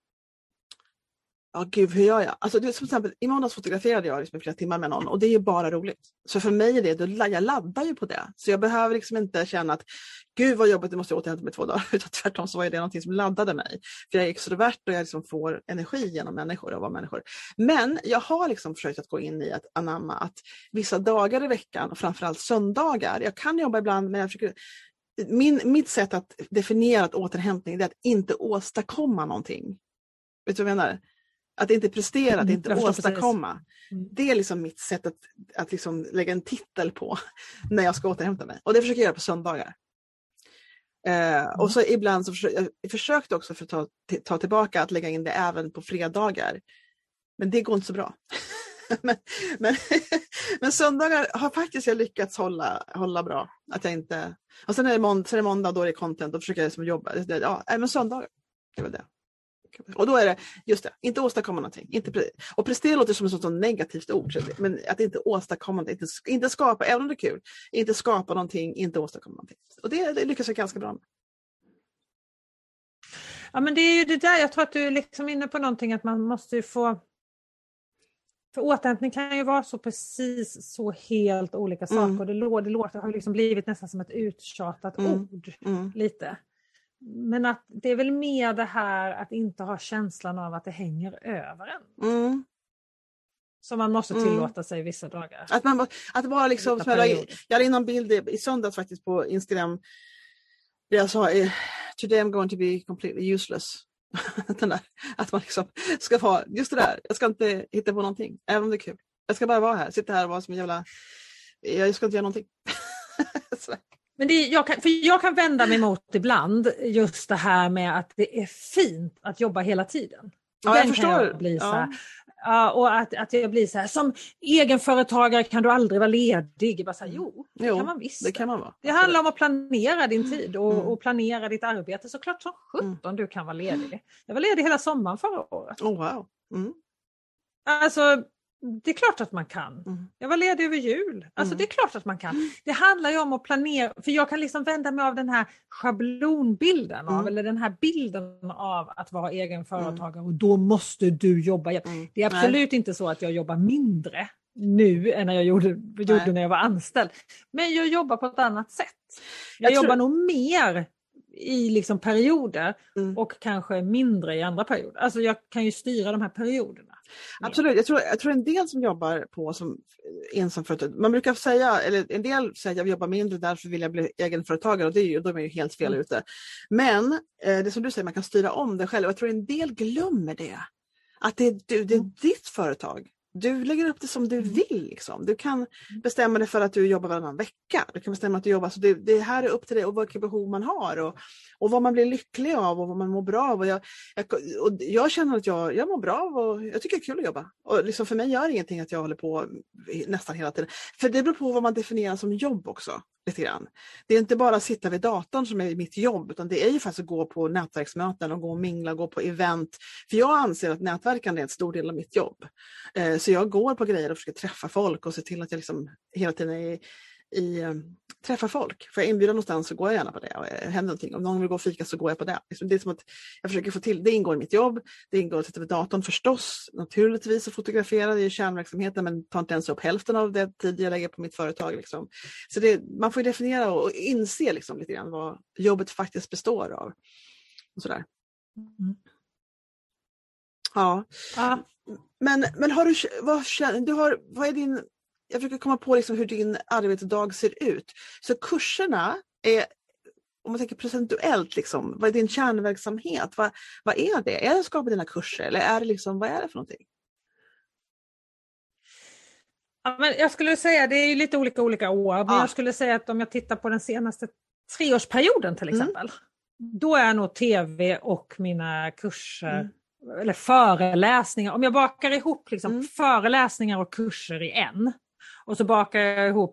Speaker 1: Ja, gud, hur gör jag? Alltså, det, som exempel, i måndags fotograferade jag liksom flera timmar med någon och det är ju bara roligt. Så för mig är det, jag laddar ju på det. Så jag behöver liksom inte känna att gud vad jobbigt, det måste jag återhämta mig 2 dagar. Utan tvärtom så var det någonting som laddade mig. För jag är extrovert och jag liksom får energi genom människor och vara människor. Men jag har liksom försökt att gå in i att anamma att vissa dagar i veckan och framförallt söndagar, jag kan jobba ibland men jag försöker. Mitt sätt att definiera ett återhämtning är att inte åstadkomma någonting. Vet du vad jag menar? Att inte prestera, att inte åstadkomma.
Speaker 2: Mm.
Speaker 1: Det är liksom mitt sätt att liksom lägga en titel på när jag ska återhämta mig. Och det försöker jag göra på söndagar. Och så ibland så jag försökte också för att ta tillbaka att lägga in det även på fredagar. Men det går inte så bra. men söndagar har faktiskt jag lyckats hålla bra. Att jag inte... Och sen är det måndag, då är det content, då försöker jag liksom jobba. Ja, men söndagar, det var det. Och då är det, just det, inte åstadkomma någonting. Och prestera låter som ett sånt negativt ord. Men att inte åstadkomma någonting, inte skapa, även om det är kul, inte skapa någonting, inte åstadkomma någonting. Och det lyckas jag ganska bra med.
Speaker 2: Ja, men det är ju det där, jag tror att du är liksom inne på någonting, att man måste ju få... För återhämtning kan ju vara så helt olika saker. Det låter har liksom blivit nästan som ett uttjatat ord lite. Men att det är väl mer det här att inte ha känslan av att det hänger över en. Som man måste tillåta sig vissa dagar.
Speaker 1: Att bara liksom, jag hade in en bild i söndags faktiskt på Instagram. Där jag sa, today I'm going to be completely useless. Den där, att man liksom ska vara just det där. Jag ska inte hitta på någonting, även om det är kul. Jag ska bara vara här, sitta här och vara som en jävla... Jag ska inte göra någonting.
Speaker 2: Men jag kan vända mig mot ibland just det här med att det är fint att jobba hela tiden.
Speaker 1: Ja, jag förstår.
Speaker 2: Kan jag bli så här, och att jag blir så här, som egenföretagare kan du aldrig vara ledig. Bara så här, jo, det kan man visst.
Speaker 1: Det kan man vara.
Speaker 2: Det handlar om att planera din tid och planera ditt arbete. Så klart som 17 du kan vara ledig. Jag var ledig hela sommaren förra året.
Speaker 1: Oh, wow.
Speaker 2: Alltså, det är klart att man kan. Jag var ledig över jul. Alltså det är klart att man kan. Det handlar ju om att planera. För jag kan liksom vända mig av den här schablonbilden av, eller den här bilden av att vara egen företagare. Och då måste du jobba. Det är absolut inte så att jag jobbar mindre nu än när jag gjorde när jag var anställd. Men jag jobbar på ett annat sätt. Jag jobbar nog mer i liksom perioder och kanske mindre i andra perioder. Alltså jag kan ju styra de här perioderna.
Speaker 1: Absolut, jag tror en del som jobbar på som ensamföretagare, man brukar säga, eller en del säger att jag jobbar mindre därför vill jag bli egenföretagare, och då är man ju helt fel ute. Men det som du säger, man kan styra om det själv. Jag tror en del glömmer det. Att det är ditt företag. Du lägger upp det som du vill. Liksom. Du kan bestämma dig för att du jobbar varannan vecka. Du kan bestämma att du jobbar. Så det här är upp till dig och vilka behov man har. Och vad man blir lycklig av och vad man mår bra av. Och jag känner att jag mår bra av och jag tycker det är kul att jobba. Och liksom för mig gör det ingenting att jag håller på nästan hela tiden. För det beror på vad man definierar som jobb också. Lite grann. Det är inte bara att sitta vid datorn som är mitt jobb, utan det är ju faktiskt att gå på nätverksmöten och gå och mingla, gå på event. För jag anser att nätverkande är en stor del av mitt jobb. Så jag går på grejer och försöker träffa folk och se till att jag liksom hela tiden träffar folk. För jag inbjuder någonstans så går jag gärna på det. Och händer någonting. Om någon vill gå och fika så går jag på det. Det är som att jag försöker få till, det ingår i mitt jobb. Det ingår att sitta vid datorn förstås. Naturligtvis att fotografera, det är kärnverksamheten, men tar inte ens upp hälften av det tid jag lägger på mitt företag. Liksom. Så man får definiera och inse liksom lite grann vad jobbet faktiskt består av. Och sådär. Ja. Men har vad är din... Jag försöker komma på liksom hur din arbetsdag ser ut. Så kurserna är, om man tänker procentuellt, liksom, vad är din kärnverksamhet? Vad är det? Är det att skapa dina kurser? Eller är det liksom, vad är det för någonting?
Speaker 2: Ja, men jag skulle säga, det är ju lite olika år. Men jag skulle säga att om jag tittar på den senaste 3-årsperioden till exempel. Då är nog tv och mina kurser, eller föreläsningar. Om jag bakar ihop liksom, föreläsningar och kurser i en. Och så bakar jag ihop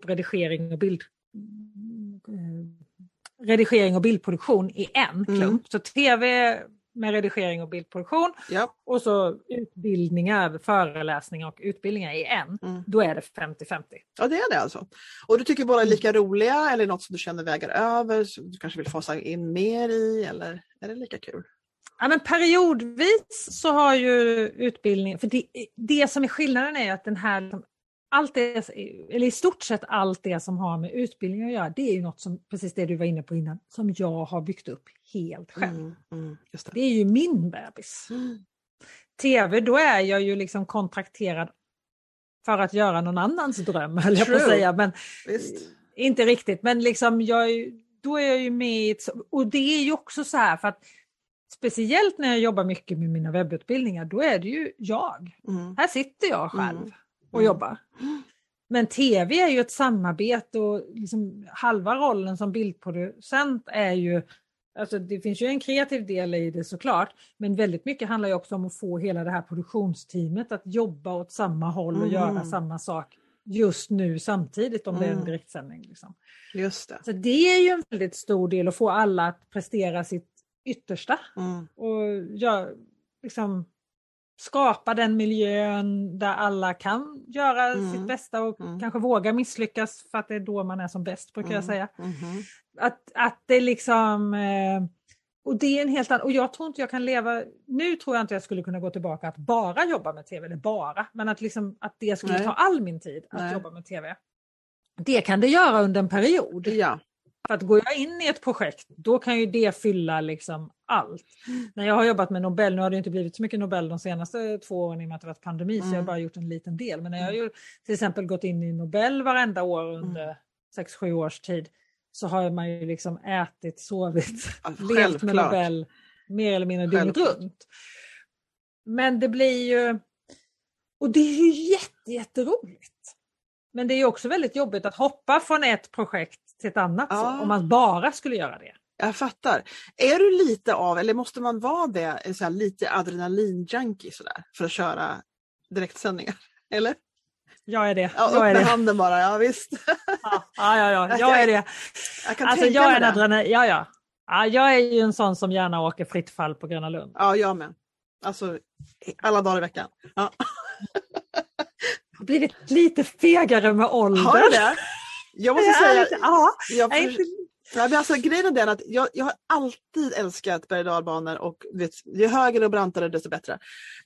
Speaker 2: redigering och bildproduktion i en klump. Så tv med redigering och bildproduktion. Och så utbildningar, föreläsningar och utbildningar i en. Då är det 50-50.
Speaker 1: Ja, det är det alltså. Och du tycker båda är lika roliga, eller något som du känner vägar över, som du kanske vill fasa in mer i, eller är det lika kul?
Speaker 2: Ja, men periodvis så har ju utbildning, för det som är skillnaden är att den här, allt det, eller i stort sett allt det som har med utbildning att göra, det är ju något som, precis det du var inne på innan, som jag har byggt upp helt själv.
Speaker 1: Just det.
Speaker 2: Det är ju min bebis. TV, då är jag ju liksom kontrakterad för att göra någon annans dröm, höll jag på att säga, men inte riktigt, men liksom då är jag ju med, och det är ju också så här, för att speciellt när jag jobbar mycket med mina webbutbildningar, då är det ju jag. Här sitter jag själv och jobbar. Men tv är ju ett samarbete och liksom halva rollen som bildproducent är ju, alltså det finns ju en kreativ del i det såklart, men väldigt mycket handlar ju också om att få hela det här produktionsteamet att jobba åt samma håll och göra samma sak just nu samtidigt om det är en direktsändning. Liksom.
Speaker 1: Just det.
Speaker 2: Så det är ju en väldigt stor del att få alla att prestera sitt yttersta och liksom skapa den miljön där alla kan göra sitt bästa och kanske våga misslyckas för att det är då man är som bäst, brukar jag säga. Att det liksom och det är en helt annan, och jag tror inte jag kan leva, nu tror jag inte jag skulle kunna gå tillbaka att bara jobba med tv, eller bara, men att liksom att det skulle ta all min tid att jobba med tv. Det kan det göra under en period.
Speaker 1: Ja.
Speaker 2: För att går jag in i ett projekt, då kan ju det fylla liksom allt. När jag har jobbat med Nobel, nu har det inte blivit så mycket Nobel de senaste 2 åren i och med att det varit pandemi, så jag har bara gjort en liten del. Men när jag har ju till exempel gått in i Nobel varenda år under 6-7 års tid, så har man ju liksom ätit, sovit, levt med Nobel mer eller mindre dygnet runt. Men det blir ju, och det är ju jätteroligt. Men det är ju också väldigt jobbigt att hoppa från ett projekt till ett annat så, om man bara skulle göra det.
Speaker 1: Jag fattar. Är du lite av, eller måste man vara det, så här, lite adrenalin-junkie sådär, för att köra direktsändningar? Eller?
Speaker 2: Jag är det.
Speaker 1: Ja,
Speaker 2: jag är
Speaker 1: med
Speaker 2: det.
Speaker 1: handen bara, ja visst.
Speaker 2: Ja, jag är det.
Speaker 1: Jag kan
Speaker 2: alltså
Speaker 1: tänka
Speaker 2: jag
Speaker 1: mig
Speaker 2: är en
Speaker 1: det.
Speaker 2: ja, jag är ju en sån som gärna åker fritt fall på Gröna Lund.
Speaker 1: Ja, jag med. Alltså, alla dagar i veckan. Ja.
Speaker 2: Jag har blivit lite fegare med åldern.
Speaker 1: Har du det? Jag måste säga...
Speaker 2: Ja.
Speaker 1: Grejen är den att jag har alltid älskat berg- och dalbanor, och ju högre och brantare desto bättre.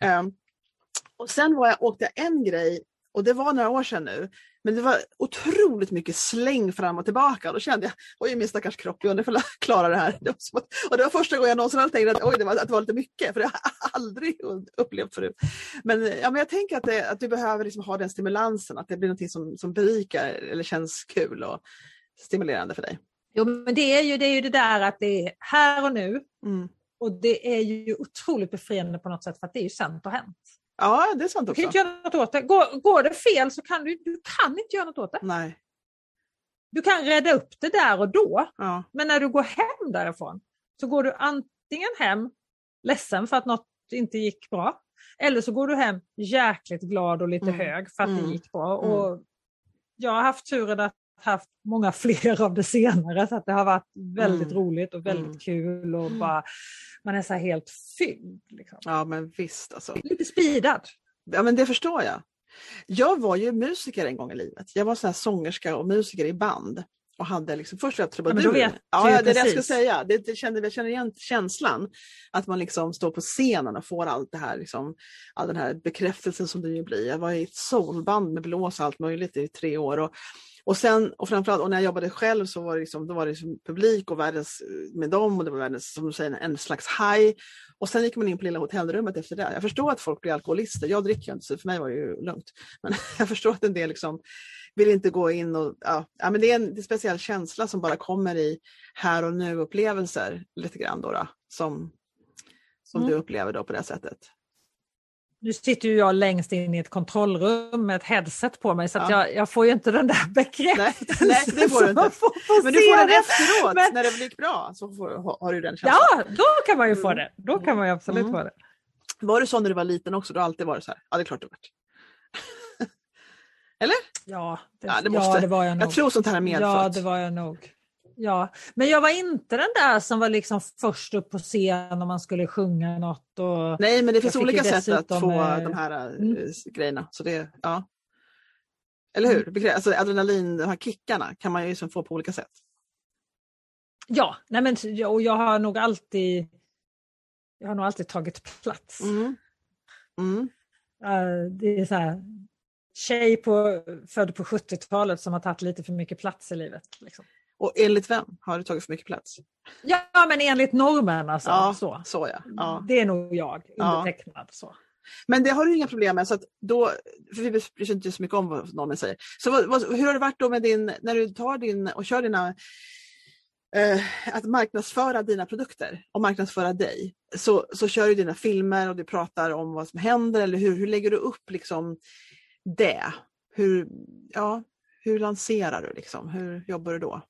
Speaker 1: Och sen åkte jag en grej, och det var några år sedan nu, men det var otroligt mycket släng fram och tillbaka. Då kände jag, oj min stackars kropp, jag får klara det här. Och det var första gången jag någonsin hade tänkt att det var lite mycket, för det har jag aldrig upplevt förut. Men jag tänker att du behöver liksom ha den stimulansen, att det blir något som berikar eller känns kul och stimulerande för dig.
Speaker 2: Jo, men det är ju det där att det är här och nu, och det är ju otroligt befriande på något sätt, för att det är ju sant och hänt.
Speaker 1: Ja, det är sant också.
Speaker 2: Du kan inte göra något åt det. Går det fel så kan du kan inte göra något åt det.
Speaker 1: Nej.
Speaker 2: Du kan rädda upp det där och då.
Speaker 1: Ja.
Speaker 2: Men när du går hem därifrån så går du antingen hem ledsen för att något inte gick bra. Eller så går du hem jäkligt glad och lite hög för att det gick bra. Och jag har haft turen att haft många fler av det senare, så att det har varit väldigt roligt och väldigt kul och bara, man är så här helt fylld. Liksom.
Speaker 1: Ja, men visst alltså.
Speaker 2: Lite speedad.
Speaker 1: Ja, men det förstår jag. Jag var ju musiker en gång i livet. Jag var så här sångerska och musiker i band. Och hade liksom, först var jag trubadur. Det är det jag ska säga. Jag känner igen känslan. Att man liksom står på scenen och får allt det här, liksom, all den här bekräftelsen som det ju blir. Jag var i ett soulband med blås och allt möjligt i 3 år. Och sen, och framförallt, och när jag jobbade själv så var det liksom, då var det liksom publik och världens med dem, och det var världens, som du säger, en slags high. Och sen gick man in på lilla hotellrummet efter det. Jag förstår att folk blir alkoholister. Jag dricker inte, så för mig var det ju lugnt. Men jag förstår att en del liksom vill inte gå in och, men det är en speciell känsla som bara kommer i här och nu upplevelser lite grann då som du upplever då på det sättet.
Speaker 2: Nu sitter ju jag längst in i ett kontrollrum med ett headset på mig, så att jag får ju inte den där bekräftelsen.
Speaker 1: Nej, det får du inte. Men du får den efteråt, när det gick bra, så har du den känslan.
Speaker 2: Ja, då kan man ju få det. Då kan man ju absolut få det.
Speaker 1: Var du så när du var liten också? Du har alltid varit så här? Ja, det är klart du varit. Eller?
Speaker 2: Ja,
Speaker 1: det var jag nog. Jag tror sånt här är medfött.
Speaker 2: Ja, det var jag nog. Ja, men jag var inte den där som var liksom först upp på scen om man skulle sjunga något. Och
Speaker 1: nej, men det finns olika sätt att få de här grejerna. Så det, ja. Eller hur? Alltså adrenalin, de här kickarna kan man ju liksom få på olika sätt.
Speaker 2: Ja, nej men och jag har nog alltid tagit plats. Det är så här, tjej född på 70-talet som har tagit lite för mycket plats i livet. Liksom.
Speaker 1: Och enligt vem har du tagit för mycket plats?
Speaker 2: Ja, men enligt normen alltså.
Speaker 1: Ja, så ja.
Speaker 2: Det är nog jag, undertecknad så.
Speaker 1: Men det har du inga problem med, så att då, för vi bryr sig inte så mycket om vad normen säger. Så hur har det varit då med när du tar och kör dina att marknadsföra dina produkter och marknadsföra dig, så kör du dina filmer och du pratar om vad som händer, eller hur lägger du upp liksom det? Hur lanserar du liksom? Hur jobbar du då?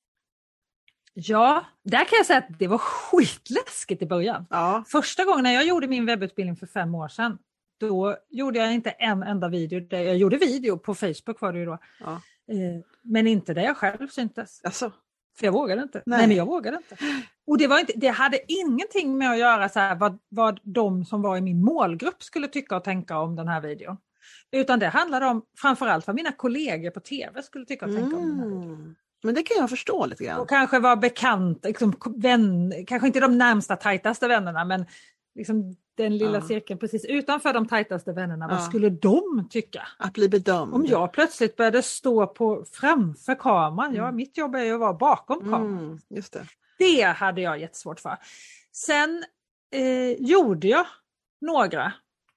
Speaker 2: Ja, där kan jag säga att det var skitläskigt i början.
Speaker 1: Ja.
Speaker 2: Första gången när jag gjorde min webbutbildning för 5 år sedan, då gjorde jag inte en enda video. Jag gjorde video på Facebook var det ju då. Ja. Men inte där jag själv syntes.
Speaker 1: Alltså.
Speaker 2: För jag vågade inte. Nej, men jag vågade inte. Och det hade ingenting med att göra så här, vad de som var i min målgrupp skulle tycka och tänka om den här videon. Utan det handlade om framförallt vad mina kollegor på tv skulle tycka och tänka om den här videon.
Speaker 1: Men det kan jag förstå lite grann.
Speaker 2: Och kanske var bekant, liksom, kanske inte de närmsta tajtaste vännerna, men liksom den lilla cirkeln precis utanför de tajtaste vännerna. Vad skulle de tycka?
Speaker 1: Att bli bedömd.
Speaker 2: Om jag plötsligt började stå framför kameran, mitt jobb är ju att vara bakom kameran.
Speaker 1: Just det.
Speaker 2: Det hade jag jättesvårt för. Sen gjorde jag några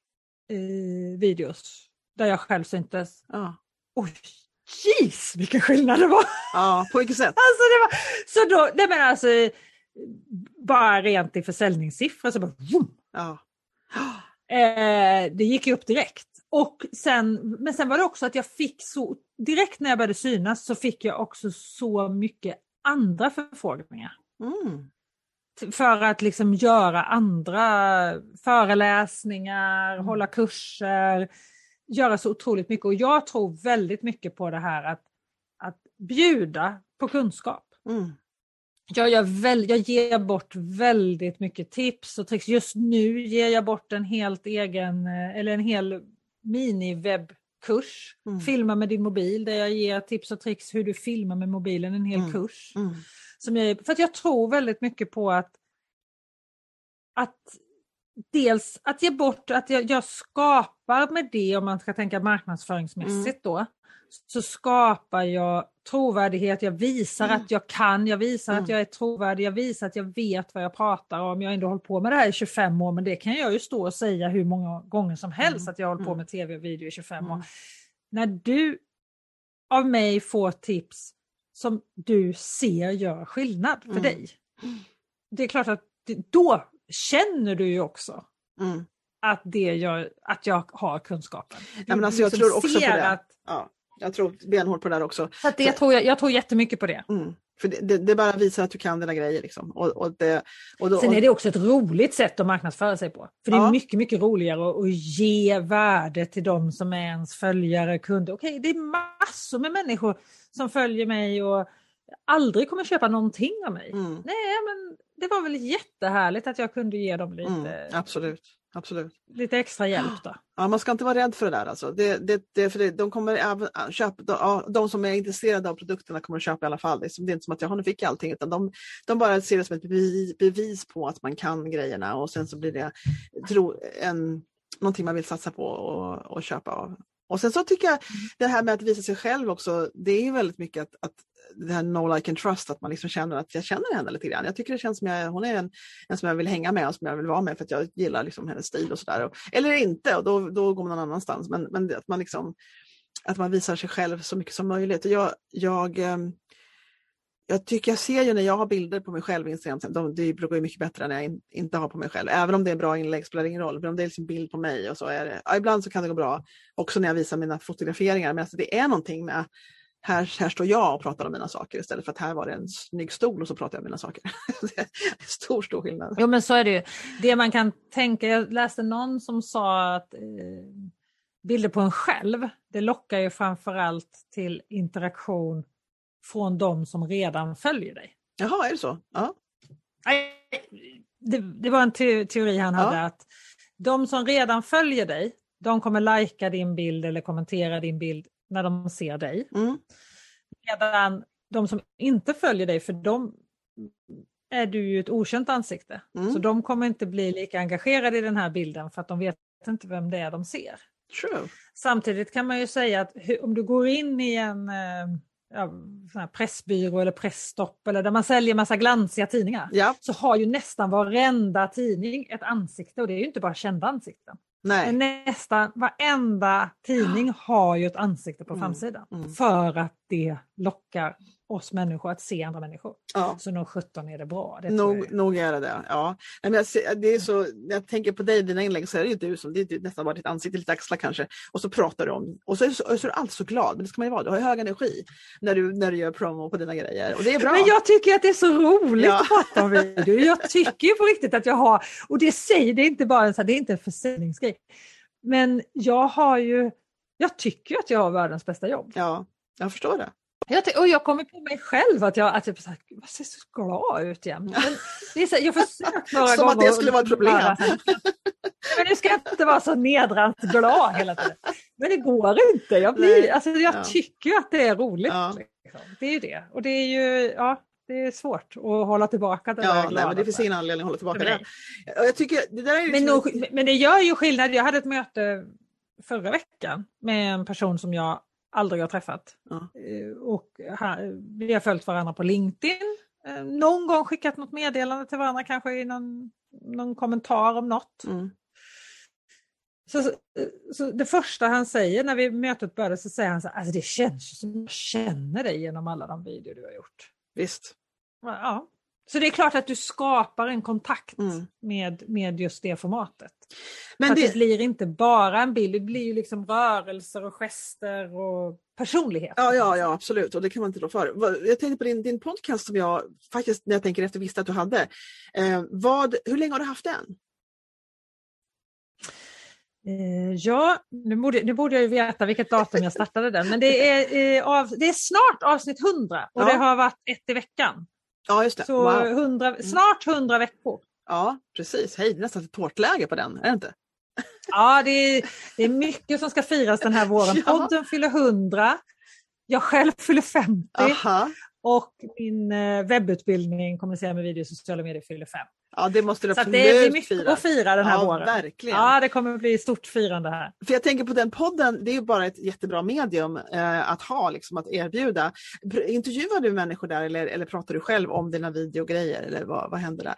Speaker 2: videos där jag själv syntes.
Speaker 1: Ja.
Speaker 2: Oj, jeez, vilken skillnad det var!
Speaker 1: Ja, på vilket sätt?
Speaker 2: Alltså det var, så då, det menar alltså bara rent i försäljningssiffror så bara
Speaker 1: ja.
Speaker 2: Det gick ju upp direkt. Men sen var det också att jag fick så, direkt när jag började synas så fick jag också så mycket andra förfrågningar. För att liksom göra andra föreläsningar, hålla kurser, göra så otroligt mycket. Och jag tror väldigt mycket på det här att bjuda på kunskap. Jag ger bort väldigt mycket tips och tricks. Just nu ger jag bort en helt egen, eller en hel mini-webbkurs. Filma med din mobil, där jag ger tips och tricks hur du filmar med mobilen, en hel kurs. För att jag tror väldigt mycket på att dels att ge bort, att jag skapar med det, om man ska tänka marknadsföringsmässigt då, så skapar jag trovärdighet, jag visar att jag kan, jag visar att jag är trovärdig, jag visar att jag vet vad jag pratar om. Jag har ändå hållit på med det här i 25 år, men det kan jag ju stå och säga hur många gånger som helst att jag har hållit på med tv och video i 25 år. När du av mig får tips som du ser gör skillnad för dig, det är klart att då känner du ju också att att jag har kunskapen.
Speaker 1: Ja, men alltså jag tror också på det. Jag tror benhårt på det där också.
Speaker 2: Så att jag tror jättemycket på det.
Speaker 1: För det bara visar att du kan dina grejer. Liksom.
Speaker 2: Sen är det också ett roligt sätt att marknadsföra sig på. För det är mycket, mycket roligare att ge värde till de som är ens följare, kunder. Okej, det är massor med människor som följer mig och aldrig kommer köpa någonting av mig. Nej, men det var väl jättehärligt att jag kunde ge dem lite...
Speaker 1: Absolut.
Speaker 2: Lite extra hjälp då.
Speaker 1: Ja, man ska inte vara rädd för det där. Alltså. De kommer även köpa, de som är intresserade av produkterna kommer att köpa i alla fall. Det är inte som att nu fick allting, utan de bara ser det som ett bevis på att man kan grejerna, och sen så blir det någonting man vill satsa på och köpa av. Och sen så tycker jag det här med att visa sig själv också, det är väldigt mycket att det här know, like and trust, att man liksom känner att jag känner henne lite grann. Jag tycker det känns som hon är en som jag vill hänga med och som jag vill vara med, för att jag gillar liksom hennes stil och sådär. Eller inte, och då går man någon annanstans. Men att man liksom, att man visar sig själv så mycket som möjligt. Jag tycker jag ser ju när jag har bilder på mig själv i Instagram, det brukar ju mycket bättre när jag inte har på mig själv. Även om det är bra inlägg spelar det ingen roll. Men om det är liksom bild på mig och så är det. Ja, ibland så kan det gå bra också när jag visar mina fotograferingar. Men alltså det är någonting med här står jag och pratar om mina saker istället för att här var det en snygg stol och så pratar jag om mina saker. Det är stor skillnad.
Speaker 2: Jo, men så är det ju. Det man kan tänka, jag läste någon som sa att bilder på en själv, det lockar ju framförallt till interaktion från de som redan följer dig.
Speaker 1: Jaha, är det så? Ja.
Speaker 2: Det var en teori han hade, att de som redan följer dig, de kommer lajka din bild eller kommentera din bild när de ser dig. Medan de som inte följer dig, för dem är du ju ett okänt ansikte. Så de kommer inte bli lika engagerade i den här bilden, för att de vet inte vem det är de ser.
Speaker 1: True.
Speaker 2: Samtidigt kan man ju säga att om du går in i en sån här pressbyrå eller pressstopp, eller där man säljer massa glansiga tidningar, så har ju nästan varenda tidning ett ansikte, och det är ju inte bara kända ansikten.
Speaker 1: Nej.
Speaker 2: Men nästan varenda tidning har ju ett ansikte på framsidan, för att det lockar oss människor att se andra människor.
Speaker 1: Ja.
Speaker 2: Så nog 17 är det bra. Det
Speaker 1: nog är det. Ja. Nej, men det är så, jag tänker på dig, dina inlägg, så är det ju du som, det är nästan bara ditt ansikte, lite axlar kanske. Och så pratar du om, och så är du alltid så glad. Men det ska man ju vara, du har hög energi när du gör promo på dina grejer. Och det är bra.
Speaker 2: Men jag tycker att det är så roligt att prata om video. Jag tycker ju på riktigt att jag har, och det är inte bara det är inte en försäljningsgrej. Men jag tycker att jag har världens bästa jobb.
Speaker 1: Ja, jag förstår det.
Speaker 2: Och jag kommer på mig själv att jag ser så glad ut igen. Men det är så, jag försökt några
Speaker 1: som
Speaker 2: gånger.
Speaker 1: Som att det skulle vara ett problem.
Speaker 2: Men nu ska jag inte vara så nedrant glad hela tiden. Men det går inte. Jag tycker att det är roligt. Ja. Liksom. Det är ju det. Och det är ju, det är svårt att hålla tillbaka det där glada.
Speaker 1: Men det finns ingen anledning att hålla tillbaka det. Jag tycker, det där är liksom...
Speaker 2: men det gör ju skillnad. Jag hade ett möte förra veckan med en person som jag aldrig har träffat. Ja. Och vi har följt varandra på LinkedIn. Någon gång skickat något meddelande till varandra, kanske i någon kommentar om något. Mm. Så det första han säger när vi mötet började, så säger han så här, alltså det känns som jag känner dig genom alla de videor du har gjort.
Speaker 1: Visst.
Speaker 2: Ja. Så det är klart att du skapar en kontakt med just det formatet. Men det blir inte bara en bild, det blir ju liksom rörelser och gester och personlighet.
Speaker 1: Ja, absolut. Och det kan man inte då för. Jag tänkte på din podcast som jag faktiskt, när jag tänker efter, visste att du hade. Hur länge har du haft den?
Speaker 2: Nu borde jag ju veta vilket datum jag startade den. Men det är snart avsnitt 100 och det har varit 1 i veckan.
Speaker 1: Ja, just det.
Speaker 2: Så snart 100 veckor.
Speaker 1: Ja, precis. Hej, det är nästan ett tårtläge på den, är det inte?
Speaker 2: Ja, det är mycket som ska firas den här våren. Podden fyller 100, jag själv fyller 50. Aha. Och min webbutbildning, kommunicera med video och sociala medier, fyller 5.
Speaker 1: Ja, det måste du
Speaker 2: absolut
Speaker 1: fira. Så
Speaker 2: det är mycket att fira den här våren.
Speaker 1: Verkligen.
Speaker 2: Ja, det kommer att bli stort firande här.
Speaker 1: För jag tänker på den podden, det är ju bara ett jättebra medium att ha, liksom, att erbjuda. Intervjuar du människor där eller pratar du själv om dina videogrejer, eller vad händer där?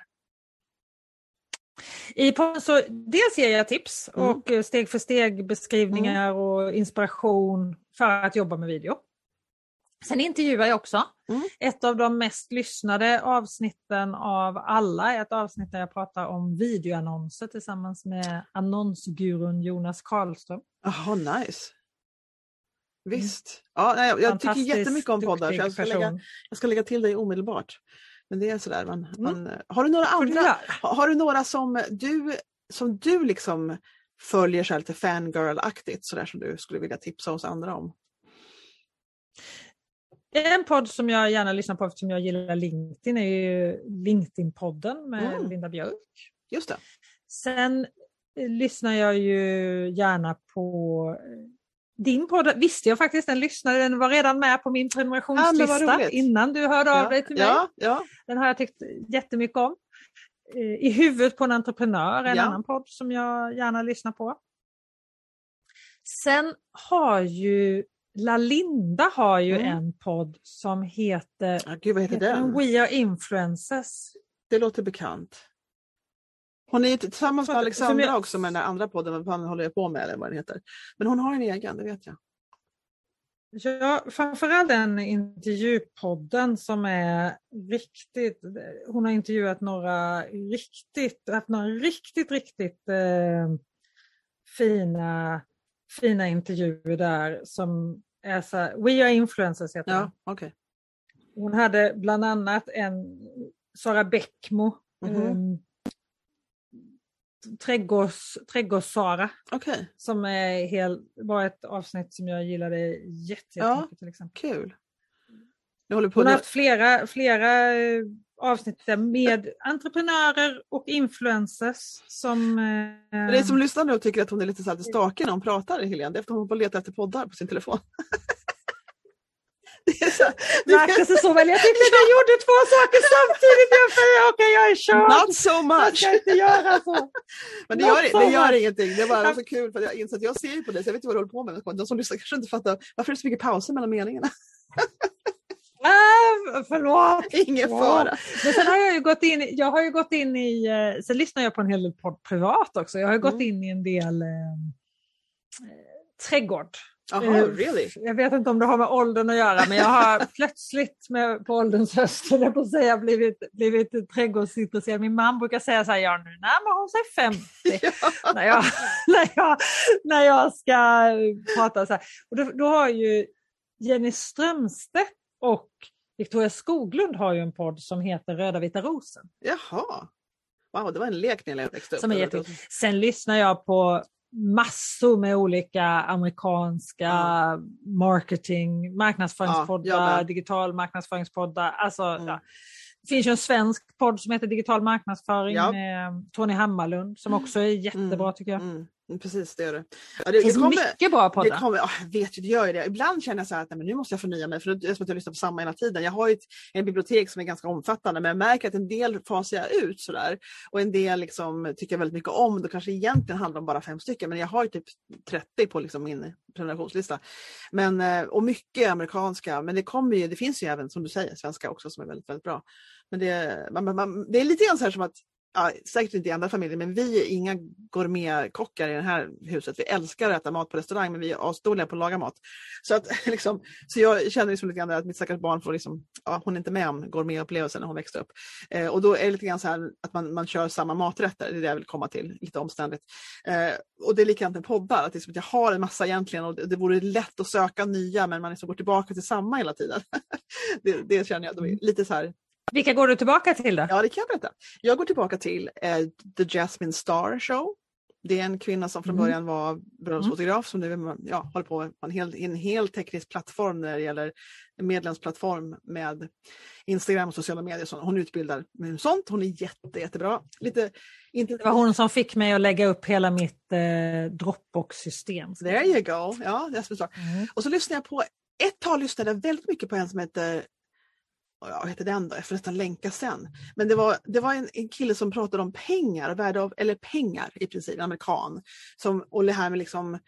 Speaker 2: Så dels ger jag tips och steg för steg beskrivningar och inspiration för att jobba med video. Sen intervjuar jag också. Ett av de mest lyssnade avsnitten av alla är ett avsnitt där jag pratar om videoannonser tillsammans med annonsgurun Jonas Karlström.
Speaker 1: Jaha, nice. Visst. Ja, jag tycker jättemycket om poddar, så jag ska lägga till dig omedelbart. Men det är sådär, har du några andra? Har du några som du liksom följer så här lite fangirl-aktigt, sådär, som du skulle vilja tipsa oss andra om?
Speaker 2: En podd som jag gärna lyssnar på eftersom jag gillar LinkedIn är ju LinkedIn-podden med Linda Björk.
Speaker 1: Just det.
Speaker 2: Sen lyssnar jag ju gärna på din podd. Visste jag faktiskt, den var redan med på min prenumerationslista innan du hörde av dig till mig. Ja. Den har jag tyckt jättemycket om. I huvudet på en entreprenör, en annan podd som jag gärna lyssnar på. Sen har ju Linda har ju en podd som heter,
Speaker 1: vad heter den?
Speaker 2: We Are Influencers.
Speaker 1: Det låter bekant. Hon är ju tillsammans med Alexandra också med den andra podden, vad håller jag på med eller vad den heter. Men hon har en egen, det vet jag.
Speaker 2: Ja, framförallt den intervjupodden som är riktigt, hon har intervjuat några riktigt fina intervjuer där som är så här, We Are Influencers heter den.
Speaker 1: Okay.
Speaker 2: Hon hade bland annat en Sara Bäckmo, Trädgårds-Sara, som var ett avsnitt som jag gillade jättemycket till exempel. Kul. Hon har haft flera avsnitt där med entreprenörer och influencers som...
Speaker 1: Det är som lyssnar nu och tycker att hon är lite så här stakig när hon pratar, Helene. Det är efter hon får leta efter poddar på sin telefon.
Speaker 2: Märktes så väl? Jag tyckte att jag gjorde 2 saker samtidigt. Jag är körd.
Speaker 1: Not so much.
Speaker 2: Jag ska inte göra så.
Speaker 1: Men det gör ingenting. Det var så kul för jag insåg att jag ser på det. Så jag vet inte vad du håller på med. De som lyssnar kanske inte fattar varför det är så mycket pauser mellan meningarna.
Speaker 2: Förlåt.
Speaker 1: Ingen fara.
Speaker 2: Men sen har jag ju gått in i, sen lyssnar jag på en hel del podd privat också. Jag har gått in i en del trädgård.
Speaker 1: Really?
Speaker 2: Jag vet inte om det har med åldern att göra, men jag har plötsligt på ålderns höst på att säga, blivit trädgårdsintresserad. Min man brukar säga så här, ja nu närmar hon sig 50 när jag ska prata så här. Och då har ju Jenny Strömstedt och Victoria Skoglund har ju en podd som heter Röda vita rosen.
Speaker 1: Jaha. Wow, det var en lek när jag växte upp.
Speaker 2: Sen lyssnar jag på massor med olika amerikanska marknadsföringspoddar, digital marknadspodar. Alltså, det finns ju en svensk podd som heter Digital marknadsföring med Tony Hammarlund som också är jättebra tycker jag.
Speaker 1: Precis, det är det.
Speaker 2: Det finns mycket bra poddar.
Speaker 1: Jag vet ju, det gör ju det. Ibland känner jag så här att nu måste jag förnya mig för det är som att jag lyssnar på samma hela tiden. Jag har ju en bibliotek som är ganska omfattande, men jag märker att en del fasar jag ut sådär. Och en del liksom tycker jag väldigt mycket om. Det kanske egentligen handlar om bara 5 stycken, men jag har ju typ 30 på liksom min prenumerationslista. Och mycket amerikanska, men det finns ju även som du säger svenska också som är väldigt, väldigt bra. Men det är lite grann så här som att säkert inte i andra familjer, men vi är inga gourmetkockar i det här huset. Vi älskar att äta mat på restaurang, men vi är asdåliga på att laga mat. Så jag känner liksom lite grann att mitt stackars barn får hon är inte med om gourmetupplevelsen när hon växte upp. Och då är det lite grann så här att man kör samma maträtter, det är det jag vill komma till, lite omständigt. Och det är likadant med poddar, att det är som att jag har en massa egentligen och det vore lätt att söka nya, men man går tillbaka till samma hela tiden. det känner jag, det är lite så här.
Speaker 2: Vilka går du tillbaka till då?
Speaker 1: Ja, det kan jag berätta. Jag går tillbaka till The Jasmine Star Show. Det är en kvinna som från början var bröllopsfotograf som nu håller på med en hel teknisk plattform när det gäller en medlemsplattform med Instagram och sociala medier. Så hon utbildar med sånt. Hon är jättebra.
Speaker 2: Det var hon som fick mig att lägga upp hela mitt Dropbox-system.
Speaker 1: There you go. Ja, Jasmine Star. Och så lyssnade jag på, ett tag lyssnade jag väldigt mycket på en som heter, vad heter den då? Jag får nästan länka sen. Men det var en kille som pratade om pengar, eller pengar i princip, en amerikan. Och det här med liksom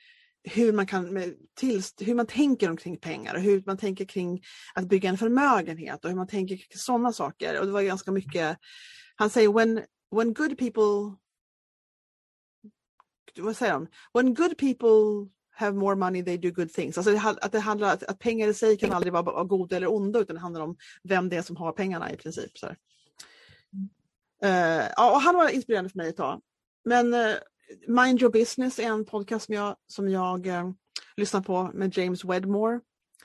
Speaker 1: hur man tänker omkring pengar och hur man tänker kring att bygga en förmögenhet och hur man tänker kring sådana saker. Och det var ganska mycket, han säger when good people, vad säger de? When good people have more money, they do good things. Alltså det handlar att pengar i sig kan aldrig vara goda eller onda, utan det handlar om vem det är som har pengarna i princip. Så och han var inspirerande för mig ett tag. Men Mind Your Business är en podcast som jag lyssnar på med James Wedmore.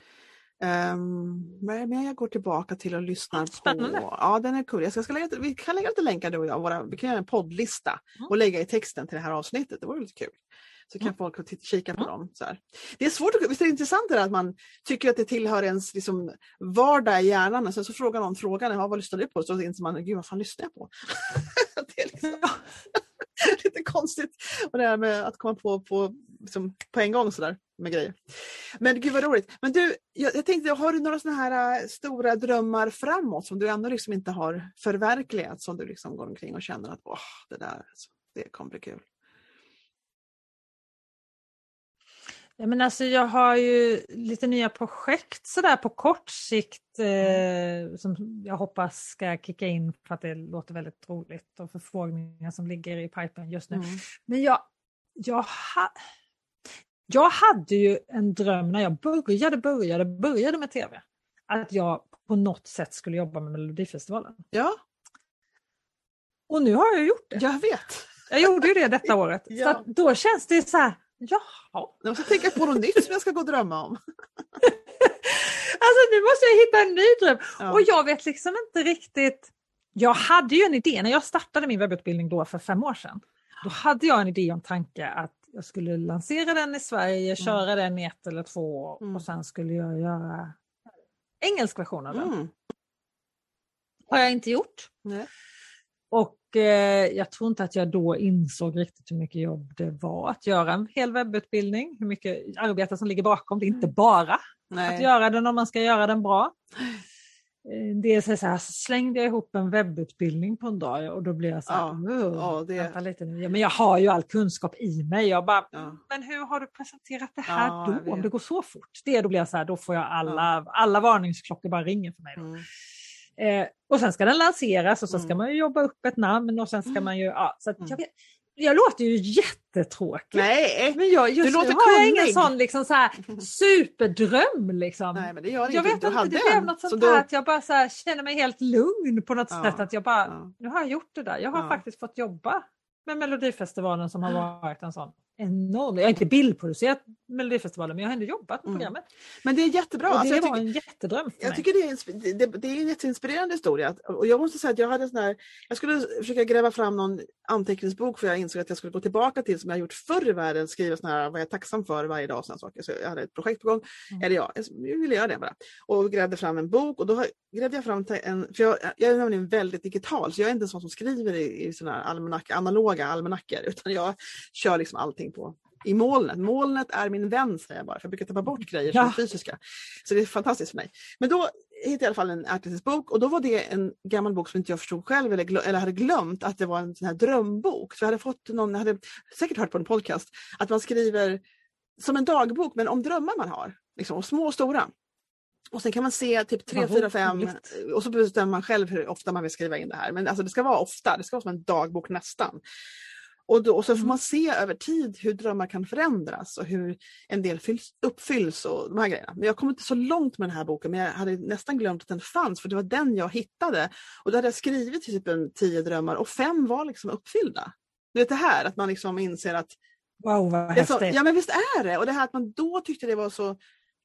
Speaker 1: Men jag går tillbaka till och lyssnar
Speaker 2: Spännande.
Speaker 1: På. Ja, den är cool. Vi kan lägga lite länkar du och jag. Vi kan göra en poddlista och lägga i texten till det här avsnittet. Det vore lite kul. Så kan folk kika på dem. Så här. Det är svårt, visst är det intressant att man tycker att det tillhör ens liksom, vardag i hjärnan. Och sen så frågar någon frågan, vad lyssnar du på? Så inser man, gud vad fan lyssnar jag på? Det är liksom lite konstigt. Och det här med att komma på en gång sådär med grejer. Men gud vad roligt. Men du, jag tänkte, har du några sådana här stora drömmar framåt som du ändå liksom inte har förverkligat, som du liksom går omkring och känner att det kommer bli kul?
Speaker 2: Ja, men alltså, jag har ju lite nya projekt sådär på kort sikt som jag hoppas ska kicka in för att det låter väldigt roligt, och förfrågningar som ligger i pipen just nu. Men jag hade ju en dröm när jag började med tv, att jag på något sätt skulle jobba med Melodifestivalen.
Speaker 1: Ja.
Speaker 2: Och nu har jag gjort det.
Speaker 1: Jag vet.
Speaker 2: Jag gjorde ju det detta året. Ja. Så att då känns det så här, jaha.
Speaker 1: Jag måste tänka på något nytt som jag ska gå och drömma om.
Speaker 2: Alltså nu måste jag hitta en ny dröm. Ja. Och jag vet liksom inte riktigt. Jag hade ju en idé när jag startade min webbutbildning då för 5 år sedan. Då hade jag en idé om tanke att jag skulle lansera den i Sverige, köra den i 1 eller 2 år och sen skulle jag göra engelsk version av den. Har jag inte gjort. Nej. Och jag tror inte att jag då insåg riktigt hur mycket jobb det var att göra en hel webbutbildning. Hur mycket arbete som ligger bakom. Det är inte bara att göra den om man ska göra den bra. Det är så här, slängde jag ihop en webbutbildning på en dag och då blir jag så här, vänta lite nu. Ja, men jag har ju all kunskap i mig. Jag bara, men hur har du presenterat det här då? Om det går så fort. Då blir jag så här, då får jag alla varningsklockor bara ringer för mig då. Och sen ska den lanseras och så ska man ju jobba upp ett namn och sen ska man ju, så att jag vet, Jag låter ju jättetråkig.
Speaker 1: Nej,
Speaker 2: men just
Speaker 1: du låter
Speaker 2: nu har jag
Speaker 1: kunnig.
Speaker 2: ingen sån liksom så här superdröm liksom.
Speaker 1: Nej, men det gör
Speaker 2: jag vet inte, det blev något sånt här att jag bara så här, känner mig helt lugn på något sätt. Att jag bara, nu har jag gjort det där. Jag har faktiskt fått jobba med Melodifestivalen som har varit en sån enorm. Jag har inte bildproducerat Melodifestivalen, men jag har ändå jobbat med programmet.
Speaker 1: Men det är jättebra.
Speaker 2: Och det var en jättedröm för mig.
Speaker 1: Jag tycker det är en jätteinspirerande historia. Och jag måste säga att jag hade jag skulle försöka gräva fram någon anteckningsbok, för jag insåg att jag skulle gå tillbaka till som jag gjort förr i världen, skriva såna här, vad jag är tacksam för varje dag och såna saker. Så jag hade ett projekt på gång. Eller jag ville göra det bara. Och grävde fram en bok, och då grävde jag fram för jag är nämligen väldigt digital, så jag är inte en sån som skriver i såna här analoga almanackor, utan jag kör liksom allting i molnet. Molnet är min vän, säger jag bara, för jag brukar ta bort grejer som är fysiska. Så det är fantastiskt för mig. Men då hittade jag i alla fall en artistbok, och då var det en gammal bok som inte jag förstod själv eller hade glömt att det var en sån här drömbok. Så jag hade säkert hört på en podcast att man skriver som en dagbok, men om drömmar man har, liksom, och små och stora. Och sen kan man se typ 3, 4, 5 och så bestämmer man själv hur ofta man vill skriva in det här. Men alltså det ska vara ofta, det ska vara som en dagbok nästan. Och så får man se över tid hur drömmar kan förändras och hur en del uppfylls och de här grejerna. Men jag kom inte så långt med den här boken, men jag hade nästan glömt att den fanns, för det var den jag hittade. Och då hade jag skrivit typ 10 drömmar och 5 var liksom uppfyllda. Du vet det här, att man liksom inser att...
Speaker 2: Wow, vad häftigt.
Speaker 1: Ja, men visst är det. Och det här att man då tyckte det var så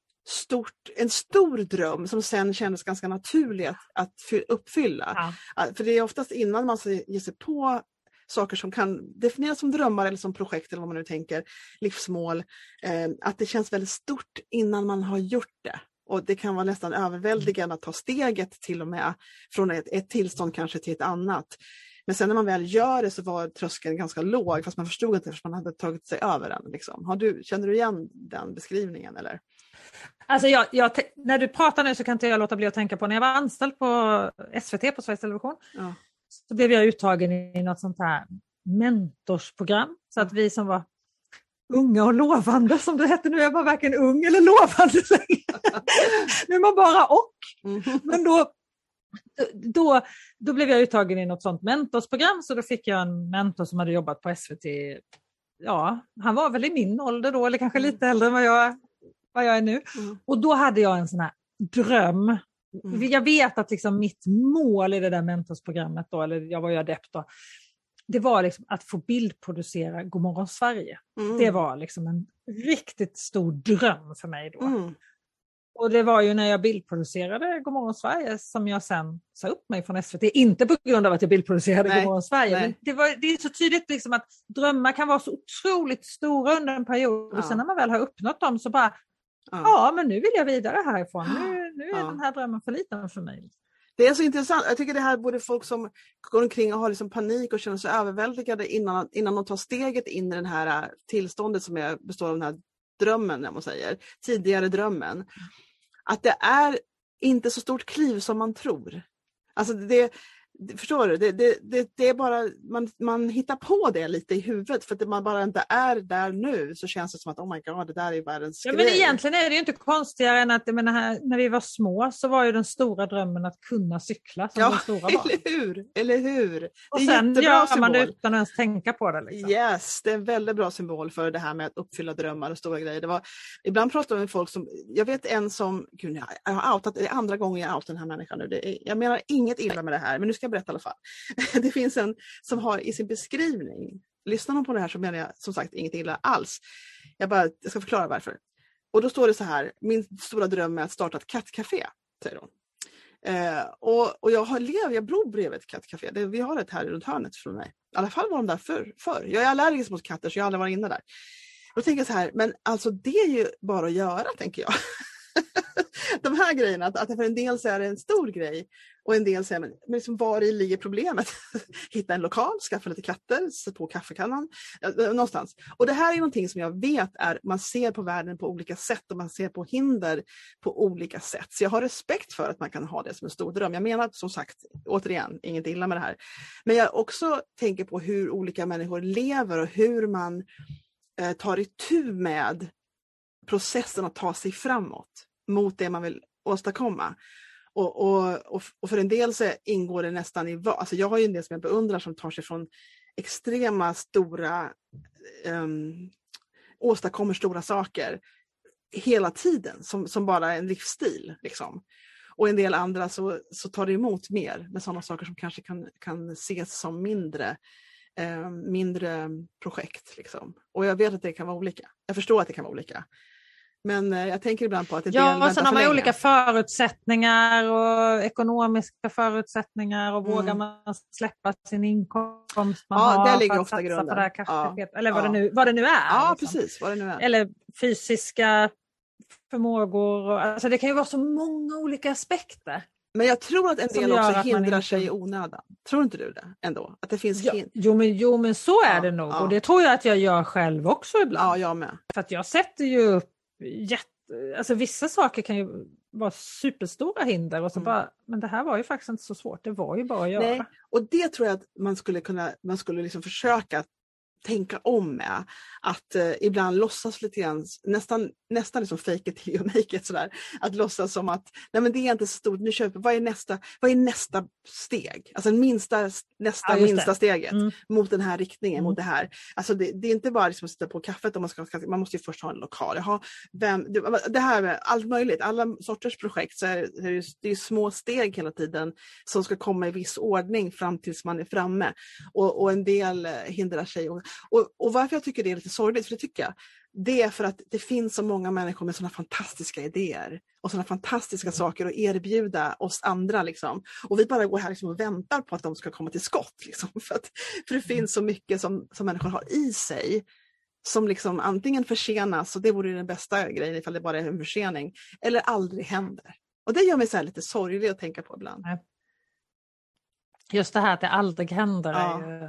Speaker 1: en stor dröm som sen kändes ganska naturlig att uppfylla. Ja. För det är oftast innan man ger sig på saker som kan definieras som drömmar eller som projekt eller vad man nu tänker, livsmål, att det känns väldigt stort innan man har gjort det. Och det kan vara nästan överväldigande att ta steget till och med från ett tillstånd kanske till ett annat. Men sen när man väl gör det så var tröskeln ganska låg, fast man förstod inte eftersom man hade tagit sig över den. Liksom. Känner du igen den beskrivningen eller?
Speaker 2: Alltså när du pratar nu så kan inte jag låta bli att tänka på när jag var anställd på SVT på Sveriges Television. Ja. Så blev jag uttagen i något sånt här mentorsprogram. Så att vi som var unga och lovande, som det hette nu, är man varken ung eller lovande längre. Nu är man bara och. Men då blev jag uttagen i något sånt mentorsprogram, så då fick jag en mentor som hade jobbat på SVT. Ja, han var väl i min ålder då, eller kanske lite äldre än vad jag är nu. Och då hade jag en sån här dröm. Jag vet att liksom mitt mål i det där mentorsprogrammet då, eller jag var ju adept då, det var liksom att få bildproducera Godmorgon Sverige. Det var liksom en riktigt stor dröm för mig då. Och det var ju när jag bildproducerade Godmorgon Sverige som jag sen sa upp mig från SVT. Inte på grund av att jag bildproducerade Godmorgon Sverige. Men det är så tydligt liksom att drömmar kan vara så otroligt stora under en period. Och sen när man väl har uppnått dem så bara, men nu vill jag vidare härifrån. Nu är den här drömmen för liten för mig.
Speaker 1: Det är så intressant. Jag tycker det här borde folk som går omkring och har liksom panik och känner sig överväldigade innan de tar steget in i den här tillståndet som består av den här drömmen, jag måste säga, tidigare drömmen. Att det är inte så stort kliv som man tror. Alltså förstår du? Det är bara, man hittar på det lite i huvudet, för att man bara inte är där nu, så känns det som att oh my god, det där är världens grej.
Speaker 2: Men egentligen är det ju inte konstigare än att när vi var små så var ju den stora drömmen att kunna cykla som den stora var.
Speaker 1: Eller hur?
Speaker 2: Och det är sen gör man det utan att ens tänka på det. Liksom.
Speaker 1: Yes, det är en väldigt bra symbol för det här med att uppfylla drömmar och stora grejer. Ibland pratar vi med folk som, jag vet en som, gud, jag har outat, det är andra gången jag outat den här människan nu. Jag menar inget illa med det här, men nu ska jag berätta i alla fall. Det finns en som har i sin beskrivning, lyssnar man på det här så menar jag som sagt inget illa alls. Jag ska förklara varför. Och då står det så här: min stora dröm är att starta ett kattcafé, säger hon. Och jag bor bredvid ett kattcafé. Vi har ett här runt hörnet från mig. I alla fall var de där förr. Jag är allergisk mot katter så jag har aldrig varit inne där. Då tänker jag så här, men alltså det är ju bara att göra, tänker jag. De här grejerna, att för en del så är det en stor grej och en del säger men liksom, var i ligger problemet? Hitta en lokal, skaffa lite katter, sätta på kaffekannan någonstans. Och det här är någonting som jag vet man ser på världen på olika sätt och man ser på hinder på olika sätt. Så jag har respekt för att man kan ha det som en stor dröm. Jag menar som sagt, återigen, inget illa med det här. Men jag också tänker på hur olika människor lever och hur man tar itu med processen att ta sig framåt mot det man vill åstadkomma. Och för en del så ingår det nästan i alltså jag har ju en del som jag beundrar som tar sig från extrema stora åstadkommer stora saker hela tiden som bara en livsstil liksom. Och en del andra så tar det emot mer med sådana saker som kanske kan ses som mindre projekt liksom. Och jag vet att det kan vara olika. Jag förstår att det kan vara olika. Men jag tänker ibland på att det
Speaker 2: och sen har man olika förutsättningar och ekonomiska förutsättningar och vågar man släppa sin inkomst man har
Speaker 1: där ligger
Speaker 2: för att
Speaker 1: ofta
Speaker 2: satsa
Speaker 1: grunden.
Speaker 2: på det här kaffet. Eller vad det nu är.
Speaker 1: Ja,
Speaker 2: liksom.
Speaker 1: precis. Vad det nu är.
Speaker 2: Eller fysiska förmågor. Alltså det kan ju vara så många olika aspekter.
Speaker 1: Men jag tror att en del också hindrar sig i onödan. Tror inte du det ändå? Att det finns
Speaker 2: jo men så är det nog. Och det tror jag att jag gör själv också ibland.
Speaker 1: Ja, jag med.
Speaker 2: För att jag sätter ju upp alltså vissa saker kan ju vara superstora hinder och så bara, men det här var ju faktiskt inte så svårt, det var ju bara att göra.
Speaker 1: Nej, och det tror jag att man skulle liksom försöka tänka om med att ibland låtsas lite grann, nästan liksom fake it till you make it sådär, att låtsas som att nej men det är inte så stort, nu köper vad är nästa steg, alltså minsta steget mot den här riktningen, mot det här, alltså det är inte bara liksom att sitta på kaffet om man måste ju först ha en lokal, det här med allt möjligt, alla sorters projekt så är det är små steg hela tiden som ska komma i viss ordning fram tills man är framme och en del hindrar sig och varför jag tycker det är lite sorgligt, för det tycker jag, det är för att det finns så många människor med sådana fantastiska idéer och sådana fantastiska saker att erbjuda oss andra liksom. Och vi bara går här liksom och väntar på att de ska komma till skott liksom. För det finns så mycket som människor har i sig som liksom antingen försenas, och det vore den bästa grejen ifall det bara är en försening, eller aldrig händer. Och det gör mig så här lite sorglig att tänka på ibland.
Speaker 2: Just det här att det aldrig händer är ju...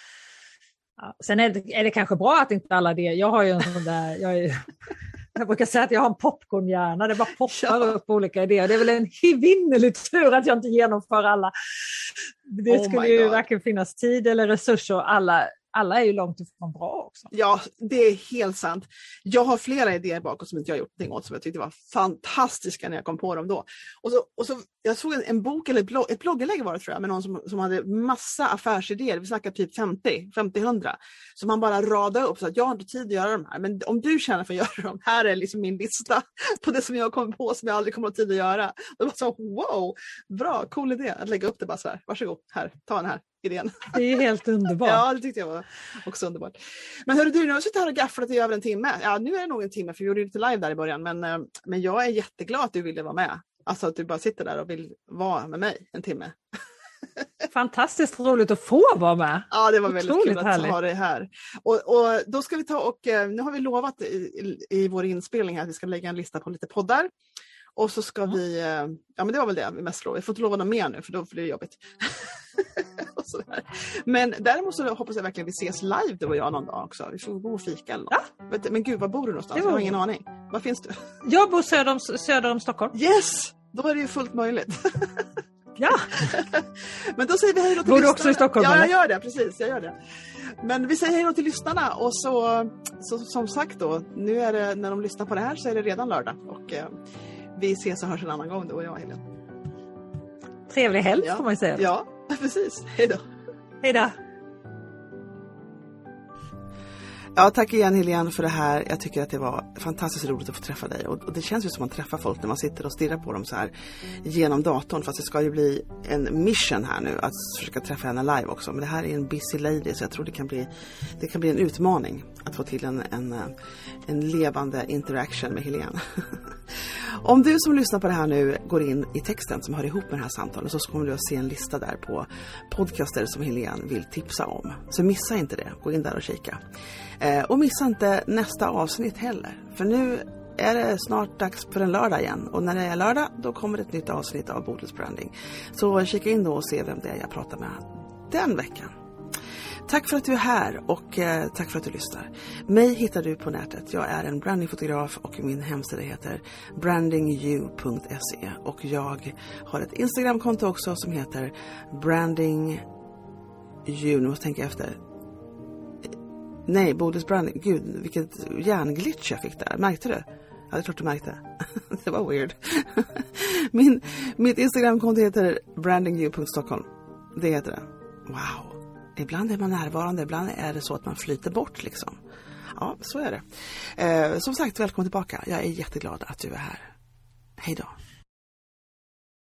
Speaker 2: Ja, sen är det kanske bra att inte alla det. Jag har ju en sån där, jag brukar säga att jag har en popcornhjärna, det bara poppar upp olika idéer. Det är väl en evinnerlig tur att jag inte genomför alla. Det skulle ju varken finnas tid eller resurser, och alla är ju långt ifrån bra också.
Speaker 1: Ja, det är helt sant. Jag har flera idéer bakåt som inte jag har gjort någonting åt, som jag tyckte var fantastiska när jag kom på dem då. Och så jag såg en bok eller ett blogginlägg var det, tror jag, med någon som hade massa affärsidéer. Vi snackar typ 50-100 som man bara radade upp, så att jag har inte tid att göra de här. Men om du känner för att göra dem, här är liksom min lista på det som jag kom på som jag aldrig kommer att ha tid att göra. Det var så, wow, bra, cool idé att lägga upp det bara så här. Varsågod, här, ta den här idén.
Speaker 2: Det är helt underbart.
Speaker 1: Ja, det tyckte jag var också underbart. Men hörru du, nu har jag suttit här och gafflat i över en timme. Ja, nu är det nog en timme, för vi gjorde lite live där i början. Men jag är jätteglad att du ville vara med. Alltså att du bara sitter där och vill vara med mig en timme.
Speaker 2: Fantastiskt roligt att få vara med.
Speaker 1: Ja, det var väldigt
Speaker 2: otroligt
Speaker 1: kul att
Speaker 2: härligt.
Speaker 1: ha dig här. Och då ska vi ta och nu har vi lovat i vår inspelning här att vi ska lägga en lista på lite poddar. Och så ska vi, ja men det var väl det vi mest lovade. Vi får inte lova något mer nu, för då blir det jobbigt. Och sådär. Men däremot så hoppas jag verkligen vi ses live, du och jag, någon dag också. Vi får gå och fika eller något. Ja. Men gud, var bor du någonstans? Jag har ingen aning. Var finns du?
Speaker 2: Jag bor söder om Stockholm.
Speaker 1: Yes! Då är det ju fullt möjligt.
Speaker 2: Ja.
Speaker 1: Men då säger vi hej då till
Speaker 2: bor
Speaker 1: lyssnarna.
Speaker 2: Du också i Stockholm?
Speaker 1: Ja,
Speaker 2: eller?
Speaker 1: jag gör det, precis. Jag gör det. Men vi säger hej då till lyssnarna, och så som sagt då, nu är det, när de lyssnar på det här så är det redan lördag, och vi ses och hörs en annan gång, då och jag, Helene.
Speaker 2: Trevlig helg får man ju säga.
Speaker 1: Ja, precis. Hej då.
Speaker 2: Hej då.
Speaker 1: Ja, tack igen Helene för det här. Jag tycker att det var fantastiskt roligt att få träffa dig. Och det känns ju som att man träffar folk när man sitter och stirrar på dem så här genom datorn. Fast det ska ju bli en mission här nu att försöka träffa henne live också. Men det här är en busy lady, så jag tror det kan bli en utmaning att få till en levande interaction med Helene. Om du som lyssnar på det här nu går in i texten som hör ihop med det här samtalet, så kommer du att se en lista där på podcaster som Helene vill tipsa om. Så missa inte det, gå in där och kika. Och missa inte nästa avsnitt heller, för nu är det snart dags för en lördag igen. Och när det är lördag, då kommer ett nytt avsnitt av Bodils Branding. Så kika in då och se vem det är jag pratar med den veckan. Tack för att du är här, och tack för att du lyssnar. Mig hittar du på nätet. Jag är en brandingfotograf och min hemsida heter brandingyou.se. Och jag har ett Instagramkonto också som heter brandingyou. Nu måste jag tänka efter. Nej, Bodils Branding. Gud, vilket hjärnglitch jag fick där. Märkte du? Ja, det är klart du märkte. Det var weird. Mitt Instagramkonto heter brandingyou.stockholm. Det heter det. Wow. Ibland är man närvarande, ibland är det så att man flyter bort liksom. Ja, så är det. Som sagt, välkommen tillbaka. Jag är jätteglad att du är här. Hej då.